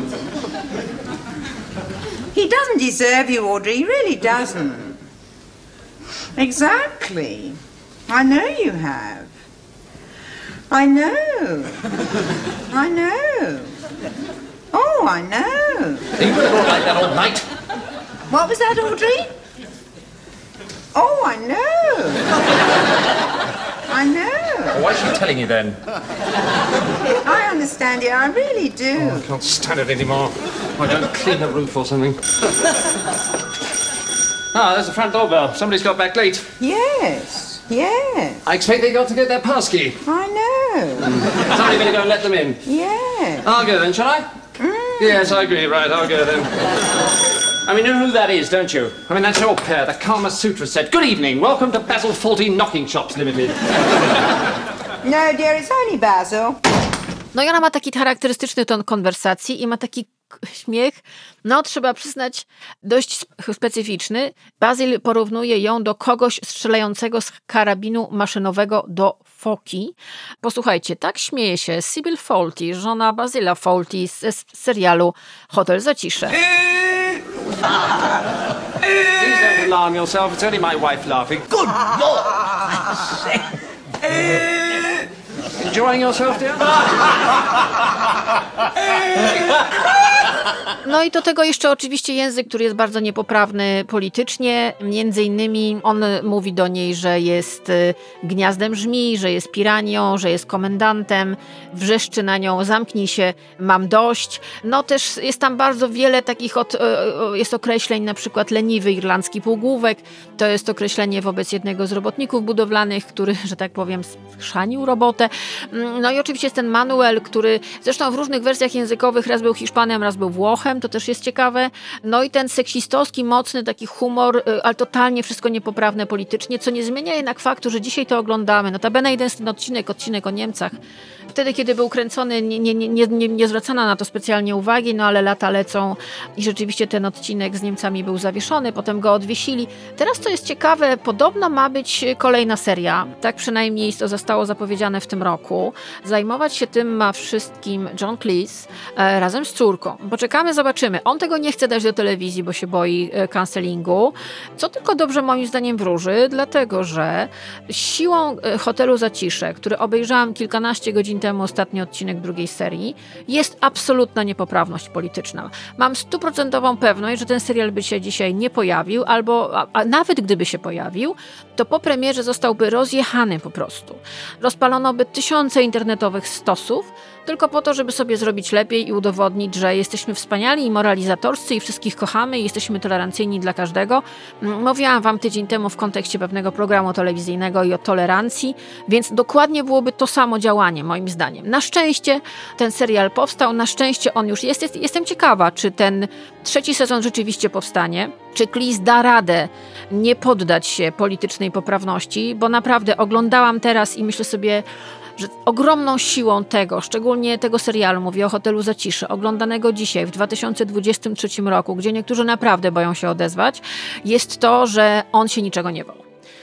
He doesn't deserve you, Audrey. He really doesn't. Exactly. I know you have. I know. I know. Oh, I know. You were all like that all night. What was that, Audrey? Oh, I know. I know. Why is she telling you then? I understand you. I really do. I can't stand it anymore. Why don't clean the roof or something? There's the front doorbell. Somebody's got back late. Yes. Yes. I expect they got to get their passkey. I know. Somebody better go and let them in. Yes. I'll go then, shall I? Yes, I agree. Right, I'll go then. I mean, you know who that is, don't you? I mean, that's your pair, the Kama Sutra set. Good evening. Welcome to Basil Fawlty Knocking Shops Limited. No, dear, it's only Basil. No i ona ma taki charakterystyczny ton konwersacji i ma taki śmiech, trzeba przyznać, dość specyficzny. Basil porównuje ją do kogoś strzelającego z karabinu maszynowego do foki. Posłuchajcie, tak śmieje się Sybil Fawlty, żona Basila Fawlty z serialu Hotel Zacisze. Please don't alarm yourself. It's only my wife laughing. Good Lord! Enjoying yourself, dear? No i do tego jeszcze oczywiście język, który jest bardzo niepoprawny politycznie. Między innymi on mówi do niej, że jest gniazdem żmij, że jest piranią, że jest komendantem, wrzeszczy na nią, zamknij się, mam dość. No też jest tam bardzo wiele takich jest określeń, na przykład leniwy irlandzki półgłówek. To jest określenie wobec jednego z robotników budowlanych, który, że tak powiem, schrzanił robotę. No i oczywiście jest ten Manuel, który zresztą w różnych wersjach językowych raz był Hiszpanem, raz był Włochem, to też jest ciekawe. No i ten seksistowski, mocny taki humor, ale totalnie wszystko niepoprawne politycznie, co nie zmienia jednak faktu, że dzisiaj to oglądamy. Notabene jeden z ten odcinek o Niemcach. Wtedy, kiedy był kręcony, nie zwracano na to specjalnie uwagi, no ale lata lecą i rzeczywiście ten odcinek z Niemcami był zawieszony, potem go odwiesili. Teraz, co jest ciekawe, podobno ma być kolejna seria, tak przynajmniej to zostało zapowiedziane w tym roku. Zajmować się tym ma wszystkim John Cleese, razem z córką. Poczekamy, zobaczymy. On tego nie chce dać do telewizji, bo się boi cancelingu, co tylko dobrze moim zdaniem wróży, dlatego że siłą Hotelu Zacisze, który obejrzałam kilkanaście godzin temu, ostatni odcinek drugiej serii, jest absolutna niepoprawność polityczna. Mam 100% pewność, że ten serial by się dzisiaj nie pojawił, a nawet gdyby się pojawił, to po premierze zostałby rozjechany po prostu. Rozpalono by tysiące internetowych stosów, tylko po to, żeby sobie zrobić lepiej i udowodnić, że jesteśmy wspaniali i moralizatorscy i wszystkich kochamy i jesteśmy tolerancyjni dla każdego. Mówiłam wam tydzień temu w kontekście pewnego programu telewizyjnego i o tolerancji, więc dokładnie byłoby to samo działanie, moim zdaniem. Na szczęście ten serial powstał, na szczęście on już jest. Jestem ciekawa, czy ten trzeci sezon rzeczywiście powstanie, czy Cleese da radę nie poddać się politycznej poprawności, bo naprawdę oglądałam teraz i myślę sobie, że ogromną siłą tego, szczególnie tego serialu, mówię o Hotelu Zacisze, oglądanego dzisiaj w 2023 roku, gdzie niektórzy naprawdę boją się odezwać, jest to, że on się niczego nie bał.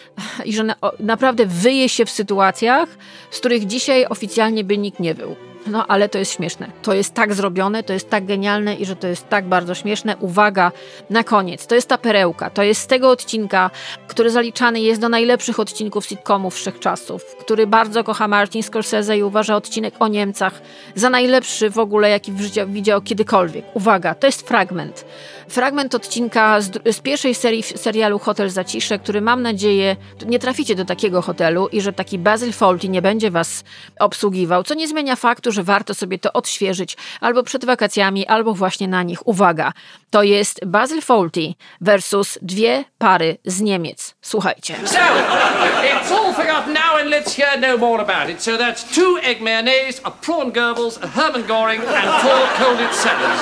I że naprawdę wyje się w sytuacjach, z których dzisiaj oficjalnie by nikt nie wył. No, ale to jest śmieszne. To jest tak zrobione, to jest tak genialne i że to jest tak bardzo śmieszne. Uwaga, na koniec. To jest ta perełka. To jest z tego odcinka, który zaliczany jest do najlepszych odcinków sitcomów wszechczasów, który bardzo kocha Martin Scorsese i uważa odcinek o Niemcach za najlepszy w ogóle, jaki w życiu widział kiedykolwiek. Uwaga, to jest fragment. Fragment odcinka z pierwszej serii serialu Hotel Zacisze, który mam nadzieję, nie traficie do takiego hotelu i że taki Basil Fawlty nie będzie was obsługiwał, co nie zmienia faktu, że warto sobie to odświeżyć albo przed wakacjami, albo właśnie na nich. Uwaga, to jest Basil Fawlty versus dwie pary z Niemiec. Słuchajcie. So, it's all forgotten now and let's hear no more about it. So that's 2 egg mayonnaise, a prawn Goebbels, a Hermann Göring and 4 colded salads.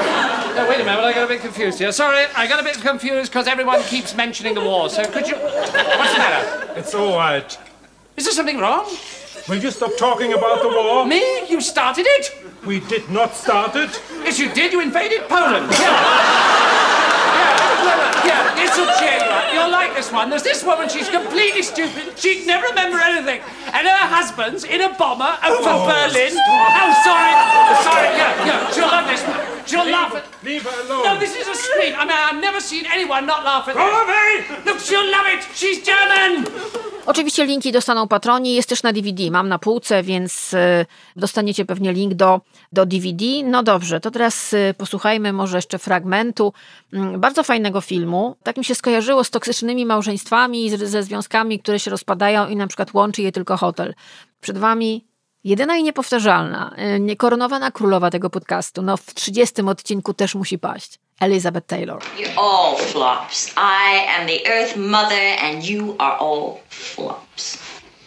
No, wait a minute, I got a bit confused here. Sorry, I got a bit confused because everyone keeps mentioning the war. So could you... What's the matter? It's all right. Is there something wrong? Will you stop talking about the war? Me? You started it? We did not start it. Yes, you did. You invaded Poland. Yeah, it's a shame, right? You'll like this one. There's this woman, she's completely stupid. She'd never remember anything. And her husband's in a bomber over Berlin. Oh, sorry, yeah. She'll love this one. She'll laugh at... Leave her alone. No, this is a scream. I mean, I've never seen anyone not laugh at this. Look, she'll love it. She's German. Oczywiście linki dostaną patroni, jest też na DVD, mam na półce, więc dostaniecie pewnie link do DVD. No dobrze, to teraz posłuchajmy może jeszcze fragmentu bardzo fajnego filmu. Tak mi się skojarzyło z toksycznymi małżeństwami, ze związkami, które się rozpadają i na przykład łączy je tylko hotel. Przed wami jedyna i niepowtarzalna, niekoronowana królowa tego podcastu. No w 30 odcinku też musi paść. Elizabeth Taylor. You're all flops. I am the Earth Mother and you are all flops.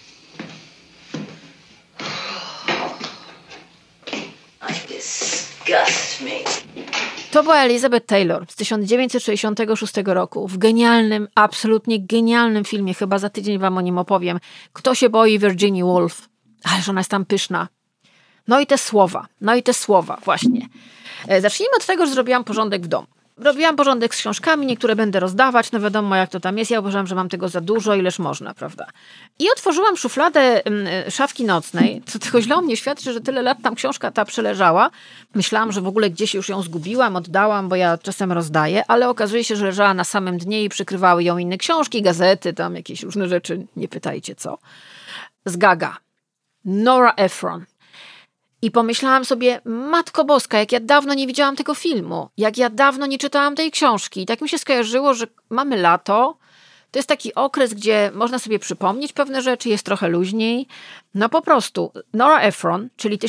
I disgust me. To była Elizabeth Taylor z 1966 roku w genialnym, absolutnie genialnym filmie. Chyba za tydzień wam o nim opowiem. Kto się boi Virginia Woolf? Ależ ona jest tam pyszna. No i te słowa, właśnie. Zacznijmy od tego, że zrobiłam porządek w domu. Robiłam porządek z książkami, niektóre będę rozdawać, no wiadomo jak to tam jest. Ja uważam, że mam tego za dużo, ileż można, prawda? I otworzyłam szufladę szafki nocnej, co tylko źle o mnie świadczy, że tyle lat tam książka ta przeleżała. Myślałam, że w ogóle gdzieś już ją zgubiłam, oddałam, bo ja czasem rozdaję, ale okazuje się, że leżała na samym dnie i przykrywały ją inne książki, gazety, tam jakieś różne rzeczy, nie pytajcie co. Z Gaga. Nora Ephron. I pomyślałam sobie, Matko Boska, jak ja dawno nie widziałam tego filmu, jak ja dawno nie czytałam tej książki. I tak mi się skojarzyło, że mamy lato, to jest taki okres, gdzie można sobie przypomnieć pewne rzeczy, jest trochę luźniej. No po prostu, Nora Ephron, czyli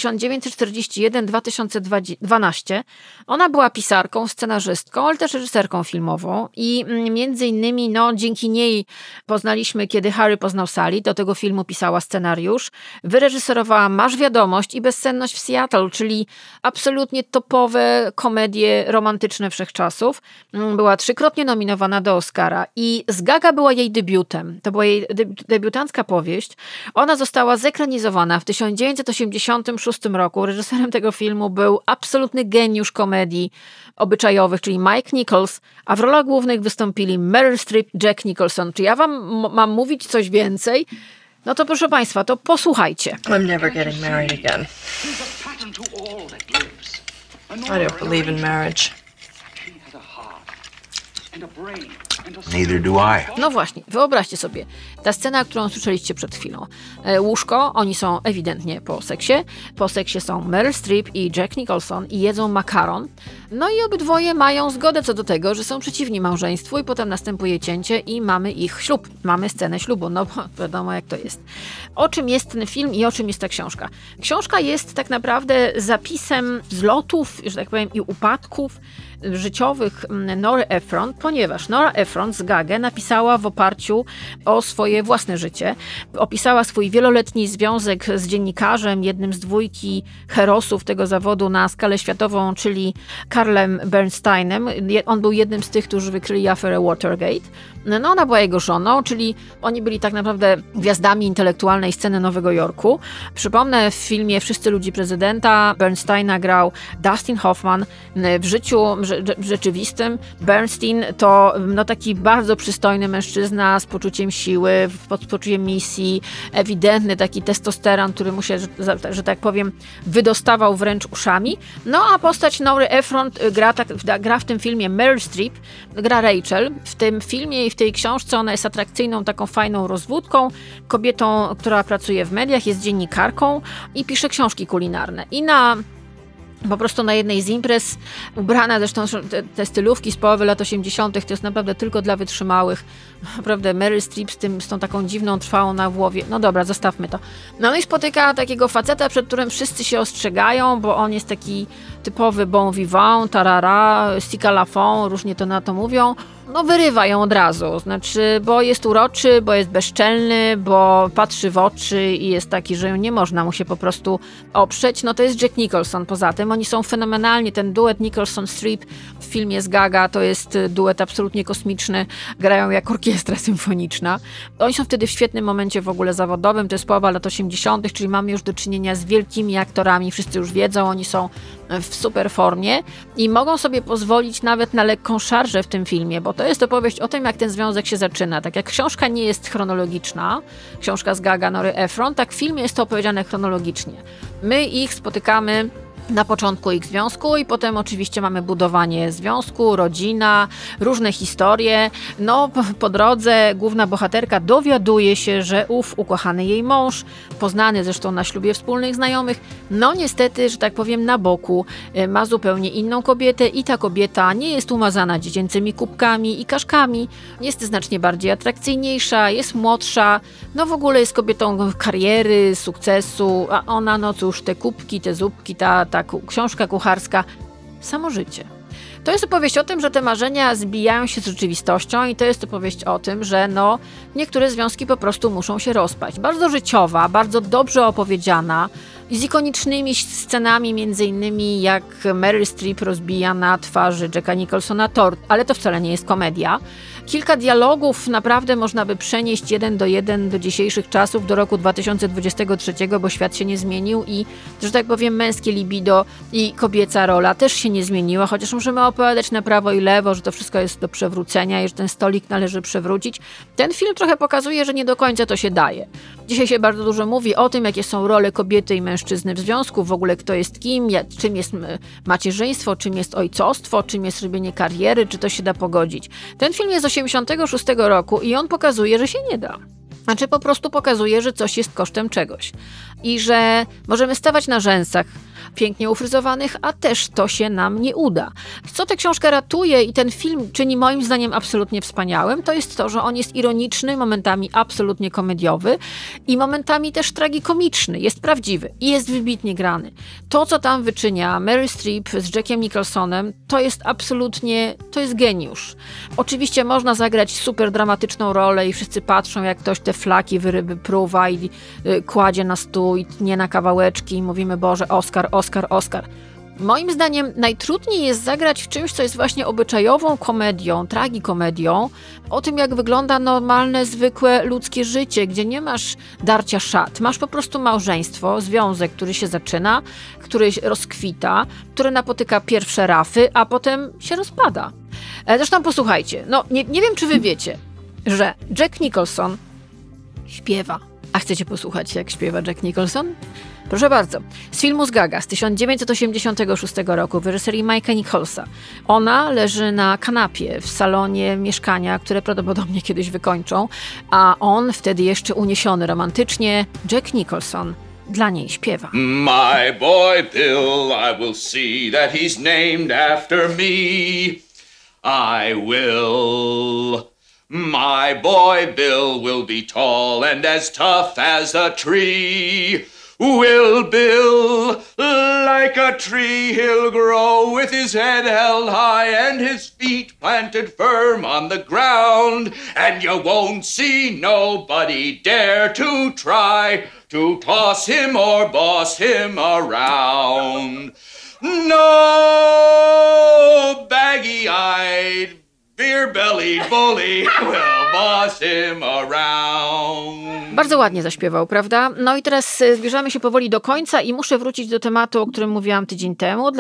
1941-2012, ona była pisarką, scenarzystką, ale też reżyserką filmową i między innymi, no dzięki niej poznaliśmy, kiedy Harry poznał Sally, do tego filmu pisała scenariusz, wyreżyserowała Masz wiadomość i Bezsenność w Seattle, czyli absolutnie topowe komedie romantyczne wszechczasów. Była 3-krotnie nominowana do Oscara i z Gaga była jej debiutem. To była jej debiutancka powieść. Ona została zekranizowana w 1986 roku. Reżyserem tego filmu był absolutny geniusz komedii obyczajowych, czyli Mike Nichols, a w rolach głównych wystąpili Meryl Streep, Jack Nicholson. Czy ja wam mam mówić coś więcej? No to proszę państwa, to posłuchajcie. I'm never getting married again. pattern to all that lives. I don't believe in marriage. She had a heart and a brain and a Neither do I. No właśnie, wyobraźcie sobie, ta scena, którą słyszeliście przed chwilą. Łóżko, oni są ewidentnie po seksie. Po seksie są Meryl Streep i Jack Nicholson i jedzą makaron. No i obydwoje mają zgodę co do tego, że są przeciwni małżeństwu i potem następuje cięcie i mamy ich ślub. Mamy scenę ślubu, no bo wiadomo jak to jest. O czym jest ten film i o czym jest ta książka? Książka jest tak naprawdę zapisem zlotów, że tak powiem, i upadków życiowych Nory Ephron, ponieważ Nora Ephron z Gagę napisała w oparciu o swoje własne życie. Opisała swój wieloletni związek z dziennikarzem, jednym z dwójki herosów tego zawodu na skalę światową, czyli Carlem Bernsteinem. On był jednym z tych, którzy wykryli aferę Watergate. No ona była jego żoną, czyli oni byli tak naprawdę gwiazdami intelektualnej sceny Nowego Jorku. Przypomnę, w filmie Wszyscy ludzi prezydenta Bernsteina grał Dustin Hoffman. W życiu rzeczywistym Bernstein to taki bardzo przystojny mężczyzna z poczuciem siły, z poczuciem misji, ewidentny taki testosteron, który mu się, że tak powiem, wydostawał wręcz uszami. No a postać Nory Ephron gra w tym filmie Meryl Streep, gra Rachel. W tym filmie i w tej książce ona jest atrakcyjną, taką fajną rozwódką, kobietą, która pracuje w mediach, jest dziennikarką i pisze książki kulinarne. I po prostu na jednej z imprez, ubrana zresztą te stylówki z połowy lat 80. to jest naprawdę tylko dla wytrzymałych. Naprawdę Meryl Streep z tą taką dziwną trwałą na głowie. No dobra, zostawmy to. No i spotyka takiego faceta, przed którym wszyscy się ostrzegają, bo on jest taki typowy bon vivant, tarara, sika la fond, różnie to na to mówią. No wyrywa ją od razu, znaczy, bo jest uroczy, bo jest bezczelny, bo patrzy w oczy i jest taki, że nie można mu się po prostu oprzeć. No to jest Jack Nicholson poza tym. Oni są fenomenalni, ten duet Nicholson-Streep w filmie z Gaga to jest duet absolutnie kosmiczny. Grają jak orkiestra symfoniczna. Oni są wtedy w świetnym momencie w ogóle zawodowym, to jest połowa lat 80., czyli mamy już do czynienia z wielkimi aktorami, wszyscy już wiedzą, oni są w super formie i mogą sobie pozwolić nawet na lekką szarżę w tym filmie, bo to jest opowieść o tym, jak ten związek się zaczyna. Tak jak książka nie jest chronologiczna, książka z Gaga Nory Ephron, tak w filmie jest to opowiedziane chronologicznie. My ich spotykamy na początku ich związku i potem oczywiście mamy budowanie związku, rodzina, różne historie. No po drodze główna bohaterka dowiaduje się, że ukochany jej mąż, poznany zresztą na ślubie wspólnych znajomych, no niestety, że tak powiem, na boku ma zupełnie inną kobietę i ta kobieta nie jest umazana dziecięcymi kubkami i kaszkami, jest znacznie bardziej atrakcyjniejsza, jest młodsza, no w ogóle jest kobietą kariery, sukcesu, a ona, no cóż, te kubki, te zupki, ta książka kucharska, samo życie. To jest opowieść o tym, że te marzenia zbijają się z rzeczywistością i to jest opowieść o tym, że niektóre związki po prostu muszą się rozpaść. Bardzo życiowa, bardzo dobrze opowiedziana, z ikonicznymi scenami, między innymi jak Meryl Streep rozbija na twarzy Jacka Nicholsona tort, ale to wcale nie jest komedia. Kilka dialogów naprawdę można by przenieść 1:1 do dzisiejszych czasów, do roku 2023, bo świat się nie zmienił i, że tak powiem, męskie libido i kobieca rola też się nie zmieniła, chociaż możemy opowiadać na prawo i lewo, że to wszystko jest do przewrócenia i że ten stolik należy przewrócić. Ten film trochę pokazuje, że nie do końca to się daje. Dzisiaj się bardzo dużo mówi o tym, jakie są role kobiety i mężczyzny w związku, w ogóle kto jest kim, czym jest macierzyństwo, czym jest ojcostwo, czym jest robienie kariery, czy to się da pogodzić. Ten film jest z 86 roku i on pokazuje, że się nie da. Znaczy po prostu pokazuje, że coś jest kosztem czegoś. I że możemy stawać na rzęsach pięknie ufryzowanych, a też to się nam nie uda. Co tę książkę ratuje i ten film czyni moim zdaniem absolutnie wspaniałym, to jest to, że on jest ironiczny, momentami absolutnie komediowy i momentami też tragikomiczny. Jest prawdziwy i jest wybitnie grany. To, co tam wyczynia Meryl Streep z Jackiem Nicholsonem, to jest absolutnie, to jest geniusz. Oczywiście można zagrać super dramatyczną rolę i wszyscy patrzą, jak ktoś te flaki wypruwa i kładzie na stół i tnie na kawałeczki i mówimy, Boże, Oscar, Oscar, Oscar. Moim zdaniem najtrudniej jest zagrać w czymś, co jest właśnie obyczajową komedią, tragikomedią, o tym, jak wygląda normalne, zwykłe ludzkie życie, gdzie nie masz darcia szat. Masz po prostu małżeństwo, związek, który się zaczyna, który rozkwita, który napotyka pierwsze rafy, a potem się rozpada. Zresztą posłuchajcie, nie wiem, czy wy wiecie, że Jack Nicholson śpiewa. A chcecie posłuchać, jak śpiewa Jack Nicholson? Proszę bardzo, z filmu z Gaga z 1986 roku w reżyserii Mike'a Nicholsa. Ona leży na kanapie w salonie mieszkania, które prawdopodobnie kiedyś wykończą, a on wtedy jeszcze uniesiony romantycznie, Jack Nicholson, dla niej śpiewa. My boy Bill, I will see that he's named after me. I will. My boy Bill will be tall and as tough as a tree. Will Bill, like a tree he'll grow, with his head held high and his feet planted firm on the ground, and you won't see nobody dare to try to toss him or boss him around. No baggy-eyed, beer-bellied bully will boss him around. Bardzo ładnie zaśpiewał, prawda? No i teraz zbliżamy się powoli do końca i muszę wrócić do tematu, o którym mówiłam tydzień temu,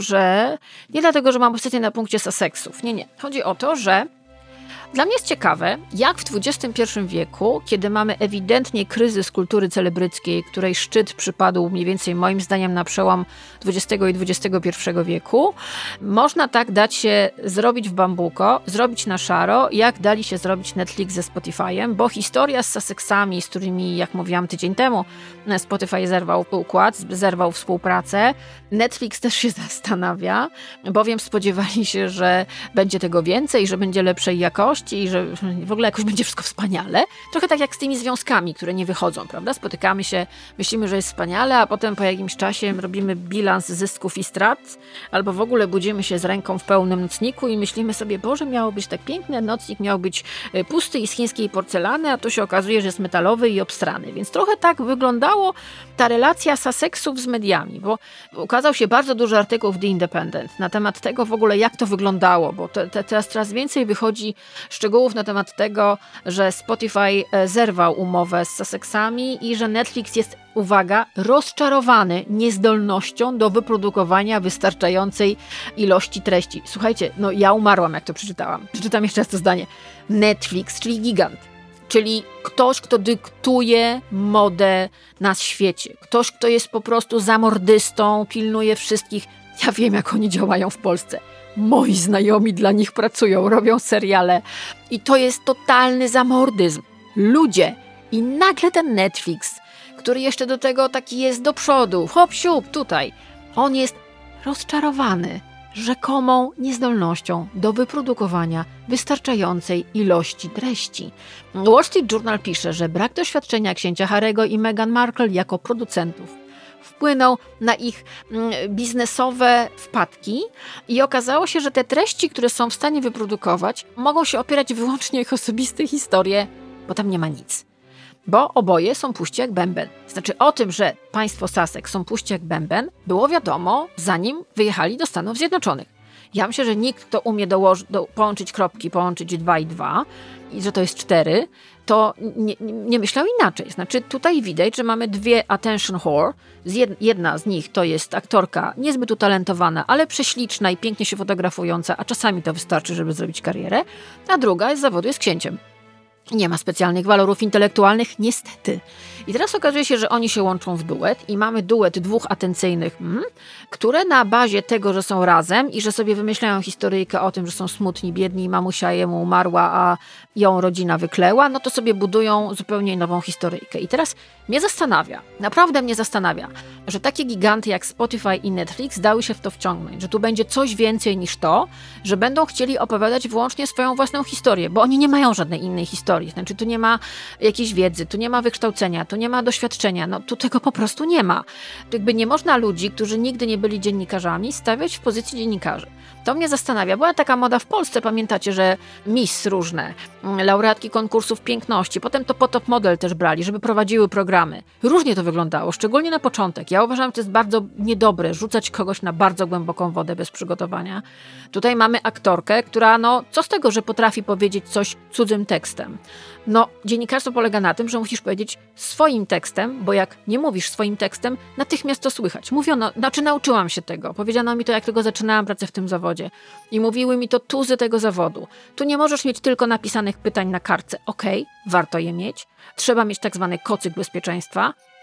nie dlatego, że mam obsesję na punkcie Sussexów. Nie. Chodzi o to, że dla mnie jest ciekawe, jak w XXI wieku, kiedy mamy ewidentnie kryzys kultury celebryckiej, której szczyt przypadł mniej więcej moim zdaniem na przełom XX i XXI wieku, można tak dać się zrobić w bambuko, zrobić na szaro, jak dali się zrobić Netflix ze Spotify'em, bo historia z Sussexami, z którymi, jak mówiłam tydzień temu, Spotify zerwał układ, zerwał współpracę. Netflix też się zastanawia, bowiem spodziewali się, że będzie tego więcej, że będzie lepszej jakości i że w ogóle jakoś będzie wszystko wspaniale. Trochę tak jak z tymi związkami, które nie wychodzą, prawda? Spotykamy się, myślimy, że jest wspaniale, a potem po jakimś czasie robimy bilans zysków i strat, albo w ogóle budzimy się z ręką w pełnym nocniku i myślimy sobie, Boże, miało być tak piękne, nocnik miał być pusty i z chińskiej porcelany, a to się okazuje, że jest metalowy i obstrany. Więc trochę tak wyglądała ta relacja Sussexów z mediami, bo ukazał się bardzo duży artykuł w The Independent na temat tego w ogóle, jak to wyglądało, bo teraz coraz więcej wychodzi szczegółów na temat tego, że Spotify zerwał umowę z Sussexami i że Netflix jest, uwaga, rozczarowany niezdolnością do wyprodukowania wystarczającej ilości treści. Słuchajcie, no ja umarłam, jak to przeczytałam. Przeczytam jeszcze raz to zdanie. Netflix, czyli gigant. Czyli ktoś, kto dyktuje modę na świecie. Ktoś, kto jest po prostu zamordystą, pilnuje wszystkich. Ja wiem, jak oni działają w Polsce. Moi znajomi dla nich pracują, robią seriale. I to jest totalny zamordyzm. Ludzie. I nagle ten Netflix, który jeszcze do tego taki jest do przodu, hop, siup, tutaj. On jest rozczarowany rzekomą niezdolnością do wyprodukowania wystarczającej ilości treści. Wall Street Journal pisze, że brak doświadczenia księcia Harry'ego i Meghan Markle jako producentów wpłynął na ich biznesowe wpadki i okazało się, że te treści, które są w stanie wyprodukować, mogą się opierać wyłącznie o ich osobiste historie, bo tam nie ma nic. Bo oboje są puści jak bęben. Znaczy o tym, że państwo Sussex są puści jak bęben, było wiadomo, zanim wyjechali do Stanów Zjednoczonych. Ja myślę, że nikt, kto umie połączyć kropki, połączyć 2 i 2 i że to jest 4, to nie myślał inaczej. Znaczy tutaj widać, że mamy dwie attention whore. Jedna z nich to jest aktorka niezbyt utalentowana, ale prześliczna i pięknie się fotografująca, a czasami to wystarczy, żeby zrobić karierę, a druga z zawodu jest księciem. Nie ma specjalnych walorów intelektualnych, niestety. I teraz okazuje się, że oni się łączą w duet i mamy duet dwóch atencyjnych, które na bazie tego, że są razem i że sobie wymyślają historyjkę o tym, że są smutni, biedni i mamusia jemu umarła, a ją rodzina wykleła, no to sobie budują zupełnie nową historyjkę. I teraz mnie zastanawia, naprawdę mnie zastanawia, że takie giganty jak Spotify i Netflix dały się w to wciągnąć, że tu będzie coś więcej niż to, że będą chcieli opowiadać wyłącznie swoją własną historię, bo oni nie mają żadnej innej historii. Znaczy tu nie ma jakiejś wiedzy, tu nie ma wykształcenia, tu nie ma doświadczenia, no tu tego po prostu nie ma. Jakby nie można ludzi, którzy nigdy nie byli dziennikarzami, stawiać w pozycji dziennikarzy. To mnie zastanawia. Była taka moda w Polsce, pamiętacie, że miss różne, laureatki konkursów piękności, potem to po top model też brali, żeby prowadziły programy. Różnie to wyglądało, szczególnie na początek. Ja uważam, że to jest bardzo niedobre, rzucać kogoś na bardzo głęboką wodę bez przygotowania. Tutaj mamy aktorkę, która, no, co z tego, że potrafi powiedzieć coś cudzym tekstem? No, dziennikarstwo polega na tym, że musisz powiedzieć swoim tekstem, bo jak nie mówisz swoim tekstem, natychmiast to słychać. Mówiono, nauczyłam się tego. Powiedziano mi to, jak tylko zaczynałam pracę w tym zawodzie. I mówiły mi to tuzy tego zawodu. Tu nie możesz mieć tylko napisanych pytań na kartce. Okej, warto je mieć. Trzeba mieć tak zwany kocyk bezpieczeństwa.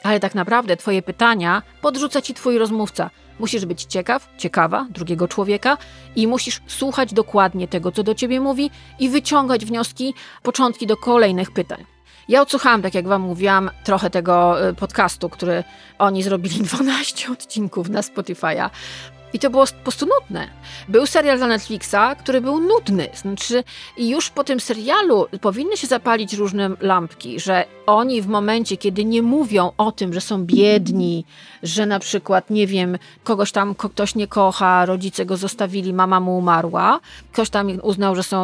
Ale tak naprawdę twoje pytania podrzuca ci twój rozmówca. Musisz być ciekawa drugiego człowieka i musisz słuchać dokładnie tego, co do ciebie mówi i wyciągać wnioski, początki do kolejnych pytań. Ja odsłuchałam, tak jak wam mówiłam, trochę tego podcastu, który oni zrobili 12 odcinków na Spotify'a. I to było po prostu nudne. Był serial dla Netflixa, który był nudny. Znaczy, i już po tym serialu powinny się zapalić różne lampki, że oni w momencie, kiedy nie mówią o tym, że są biedni, że na przykład, nie wiem, kogoś tam ktoś nie kocha, rodzice go zostawili, mama mu umarła, ktoś tam uznał, że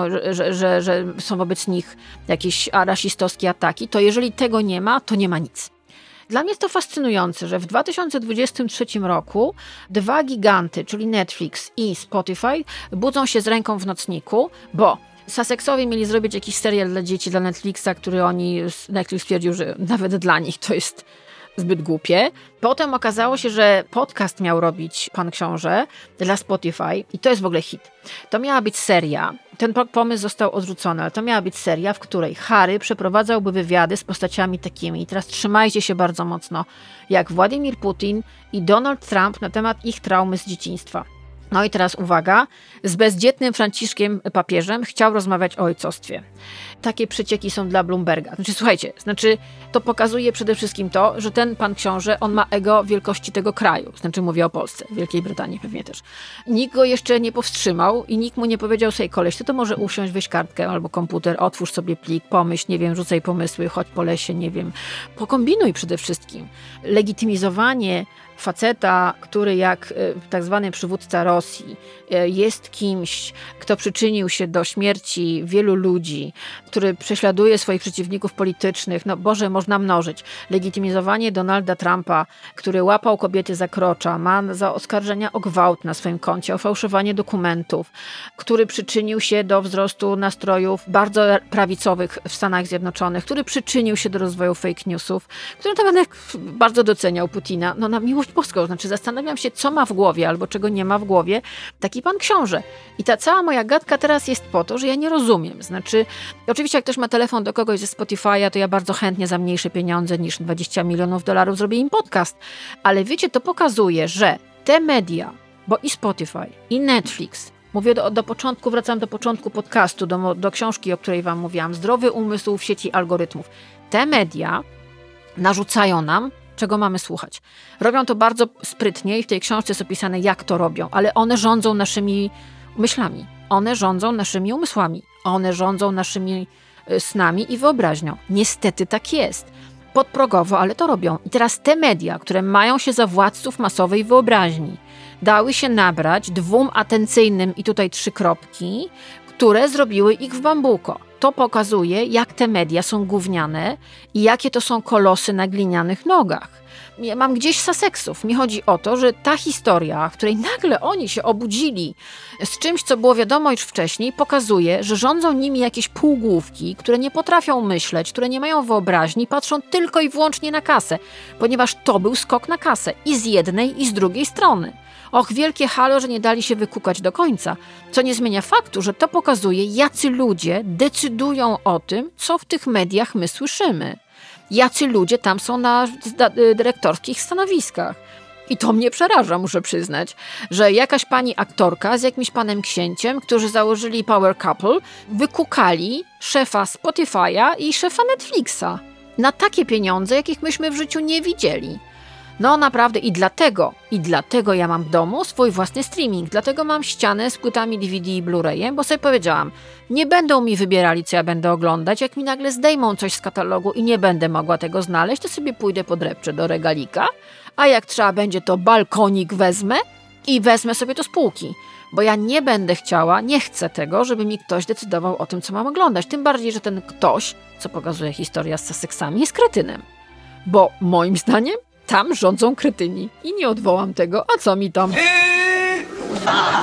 są wobec nich jakieś rasistowskie ataki, to jeżeli tego nie ma, to nie ma nic. Dla mnie jest to fascynujące, że w 2023 roku dwa giganty, czyli Netflix i Spotify, budzą się z ręką w nocniku, bo Sussexowie mieli zrobić jakiś serial dla dzieci, dla Netflixa, który Netflix stwierdził, że nawet dla nich to jest zbyt głupie. Potem okazało się, że podcast miał robić Pan Książę dla Spotify i to jest w ogóle hit. To miała być seria. Ten pomysł został odrzucony, ale to miała być seria, w której Harry przeprowadzałby wywiady z postaciami takimi. I teraz trzymajcie się bardzo mocno, jak Władimir Putin i Donald Trump na temat ich traumy z dzieciństwa. No i teraz uwaga, z bezdzietnym Franciszkiem papieżem chciał rozmawiać o ojcostwie. Takie przecieki są dla Bloomberga. Słuchajcie, to pokazuje przede wszystkim to, że ten pan książę, on ma ego wielkości tego kraju. Mówię o Polsce, Wielkiej Brytanii pewnie też. Nikt go jeszcze nie powstrzymał i nikt mu nie powiedział sobie, koleś, ty to może usiąść, weź kartkę albo komputer, otwórz sobie plik, pomyśl, nie wiem, rzucaj pomysły, chodź po lesie, nie wiem. Pokombinuj przede wszystkim. Legitymizowanie faceta, który jak tak zwany przywódca Rosji jest kimś, kto przyczynił się do śmierci wielu ludzi, który prześladuje swoich przeciwników politycznych, no Boże, można mnożyć. Legitymizowanie Donalda Trumpa, który łapał kobiety za krocza, ma za oskarżenia o gwałt na swoim koncie, o fałszowanie dokumentów, który przyczynił się do wzrostu nastrojów bardzo prawicowych w Stanach Zjednoczonych, który przyczynił się do rozwoju fake newsów, który nawet bardzo doceniał Putina, no na miłość boską, zastanawiam się, co ma w głowie albo czego nie ma w głowie taki pan książę. I ta cała moja gadka teraz jest po to, że ja nie rozumiem. Oczywiście jak ktoś ma telefon do kogoś ze Spotify'a, to ja bardzo chętnie za mniejsze pieniądze niż $20 milionów zrobię im podcast. Ale wiecie, to pokazuje, że te media, bo i Spotify, i Netflix, mówię do początku, wracam do początku podcastu, do książki, o której wam mówiłam, Zdrowy umysł w sieci algorytmów. Te media narzucają nam, czego mamy słuchać. Robią to bardzo sprytnie i w tej książce jest opisane, jak to robią, ale one rządzą naszymi myślami, one rządzą naszymi umysłami, one rządzą naszymi snami i wyobraźnią. Niestety tak jest. Podprogowo, ale to robią. I teraz te media, które mają się za władców masowej wyobraźni, dały się nabrać 2 atencyjnym i tutaj 3 kropki, które zrobiły ich w bambuko. To pokazuje, jak te media są gówniane i jakie to są kolosy na glinianych nogach. Ja mam gdzieś Sussexów. Mi chodzi o to, że ta historia, w której nagle oni się obudzili z czymś, co było wiadomo już wcześniej, pokazuje, że rządzą nimi jakieś półgłówki, które nie potrafią myśleć, które nie mają wyobraźni, patrzą tylko i wyłącznie na kasę, ponieważ to był skok na kasę i z jednej, i z drugiej strony. Och, wielkie halo, że nie dali się wykukać do końca, co nie zmienia faktu, że to pokazuje, jacy ludzie decydują o tym, co w tych mediach my słyszymy. Jacy ludzie tam są na dyrektorskich stanowiskach. I to mnie przeraża, muszę przyznać, że jakaś pani aktorka z jakimś panem księciem, którzy założyli Power Couple, wykukali szefa Spotify'a i szefa Netflixa na takie pieniądze, jakich myśmy w życiu nie widzieli. No naprawdę i dlatego ja mam w domu swój własny streaming, dlatego mam ścianę z płytami DVD i Blu-rayem, bo sobie powiedziałam, nie będą mi wybierali, co ja będę oglądać, jak mi nagle zdejmą coś z katalogu i nie będę mogła tego znaleźć, to sobie pójdę podrepczę do regalika, a jak trzeba będzie, to balkonik wezmę i wezmę sobie to z półki, bo ja nie będę chciała, nie chcę tego, żeby mi ktoś decydował o tym, co mam oglądać, tym bardziej, że ten ktoś, co pokazuje historia z Sussexami, jest kretynem, bo moim zdaniem tam rządzą kretyni. I nie odwołam tego. A co mi tam? Please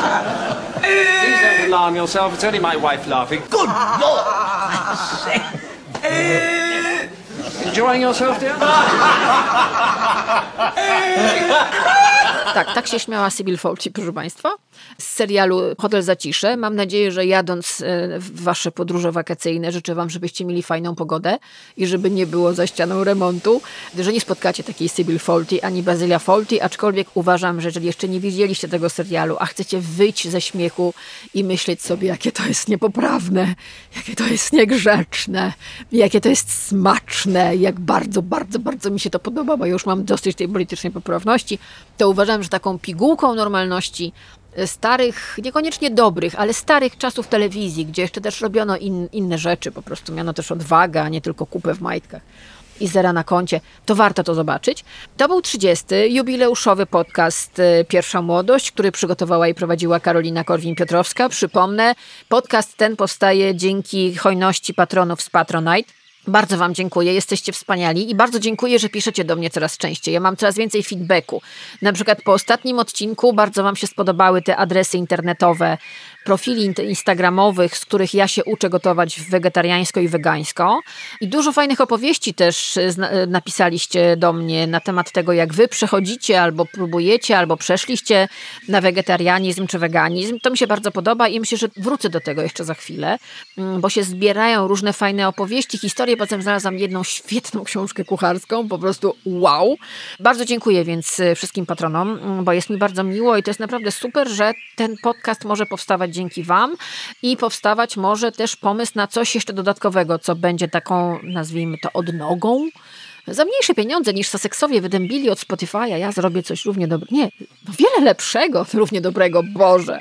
don't alarm yourself. It's only my wife laughing. Good Lord! Enjoying yourself, dear? Tak się śmiała Sybil Fawlty, proszę Państwa, z serialu Hotel Zacisze. Mam nadzieję, że jadąc w Wasze podróże wakacyjne życzę Wam, żebyście mieli fajną pogodę i żeby nie było za ścianą remontu, że nie spotkacie takiej Sybil Fawlty ani Bazyla Fawlty, aczkolwiek uważam, że jeżeli jeszcze nie widzieliście tego serialu, a chcecie wyjść ze śmiechu i myśleć sobie, jakie to jest niepoprawne, jakie to jest niegrzeczne, jakie to jest smaczne, jak bardzo, bardzo, bardzo mi się to podoba, bo już mam dosyć tej politycznej poprawności, to uważam, że taką pigułką normalności starych, niekoniecznie dobrych, ale starych czasów telewizji, gdzie jeszcze też robiono inne rzeczy, po prostu miano też odwagę, a nie tylko kupę w majtkach i zera na koncie, to warto to zobaczyć. To był 30. jubileuszowy podcast Pierwsza Młodość, który przygotowała i prowadziła Karolina Korwin-Piotrowska. Przypomnę, podcast ten powstaje dzięki hojności patronów z Patronite. Bardzo Wam dziękuję, jesteście wspaniali i bardzo dziękuję, że piszecie do mnie coraz częściej. Ja mam coraz więcej feedbacku. Na przykład po ostatnim odcinku bardzo Wam się spodobały te adresy internetowe, profili instagramowych, z których ja się uczę gotować wegetariańsko i wegańsko. I dużo fajnych opowieści też napisaliście do mnie na temat tego, jak Wy przechodzicie, albo próbujecie, albo przeszliście na wegetarianizm czy weganizm. To mi się bardzo podoba i myślę, że wrócę do tego jeszcze za chwilę, bo się zbierają różne fajne opowieści, historie. Potem znalazłam jedną świetną książkę kucharską, po prostu wow. Bardzo dziękuję więc wszystkim patronom, bo jest mi bardzo miło i to jest naprawdę super, że ten podcast może powstawać dzięki Wam i powstawać może też pomysł na coś jeszcze dodatkowego, co będzie taką, nazwijmy to, odnogą. Za mniejsze pieniądze niż Sussexowie wydębili od Spotify'a, ja zrobię coś równie dobrego. Nie, o wiele lepszego, równie dobrego, Boże.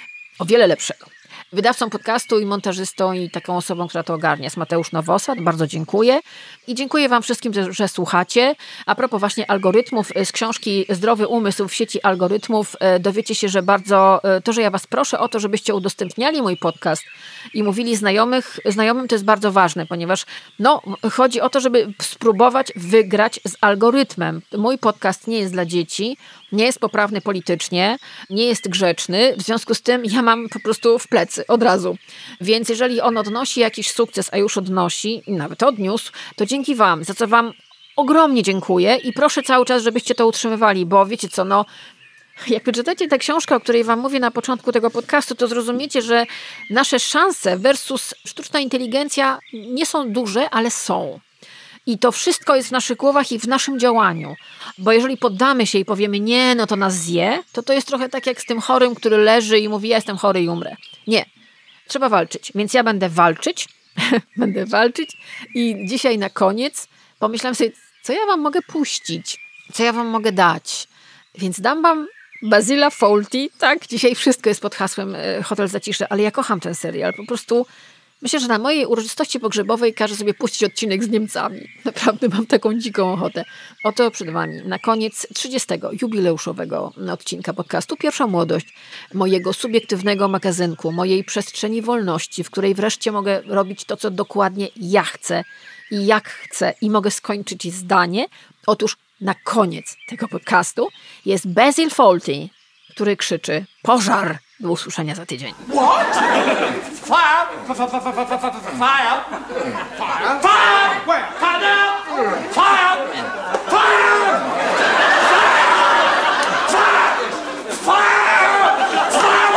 O wiele lepszego. Wydawcą podcastu i montażystą i taką osobą, która to ogarnia, jest Mateusz Nowosad. Bardzo dziękuję. I dziękuję Wam wszystkim, że słuchacie. A propos właśnie algorytmów, z książki Zdrowy umysł w sieci algorytmów dowiecie się, że bardzo to, że ja Was proszę o to, żebyście udostępniali mój podcast i mówili znajomym, to jest bardzo ważne, ponieważ chodzi o to, żeby spróbować wygrać z algorytmem. Mój podcast nie jest dla dzieci, nie jest poprawny politycznie, nie jest grzeczny, w związku z tym ja mam po prostu w plecy od razu. Więc jeżeli on odnosi jakiś sukces, a już odnosi i nawet odniósł, to dzięki Wam, za co Wam ogromnie dziękuję i proszę cały czas, żebyście to utrzymywali, bo wiecie co, jak przeczytacie tę książkę, o której Wam mówię na początku tego podcastu, to zrozumiecie, że nasze szanse versus sztuczna inteligencja nie są duże, ale są. I to wszystko jest w naszych głowach i w naszym działaniu. Bo jeżeli poddamy się i powiemy, nie, to nas zje, to jest trochę tak jak z tym chorym, który leży i mówi, ja jestem chory i umrę. Nie. Trzeba walczyć. Więc ja będę walczyć. Będę walczyć. I dzisiaj na koniec pomyślałam sobie, co ja Wam mogę puścić? Co ja Wam mogę dać? Więc dam Wam Bazyla Fawlty. Tak, dzisiaj wszystko jest pod hasłem Hotel Zacisze, ale ja kocham ten serial. Po prostu myślę, że na mojej uroczystości pogrzebowej każę sobie puścić odcinek z Niemcami. Naprawdę mam taką dziką ochotę. Oto przed Wami na koniec 30. jubileuszowego odcinka podcastu Pierwsza Młodość, mojego subiektywnego magazynku, mojej przestrzeni wolności, w której wreszcie mogę robić to, co dokładnie ja chcę i jak chcę i mogę skończyć zdanie. Otóż na koniec tego podcastu jest Basil Fawlty, który krzyczy pożar. Do usłyszenia za tydzień. What? Fire! Fire! Fire! Fire! Where? Fire! Fire! Fire! Fire! Fire!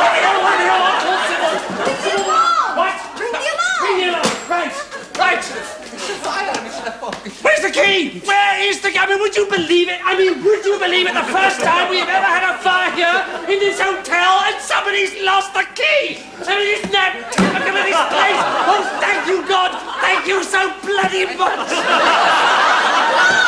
What? Bring the alarm! Right! Where's the key? Where is the key? I mean, would you believe it? Would you believe it? The first time we've ever had a fire here in this hotel and somebody's lost the key! Isn't that typical of this place? Oh, thank you, God! Thank you so bloody much!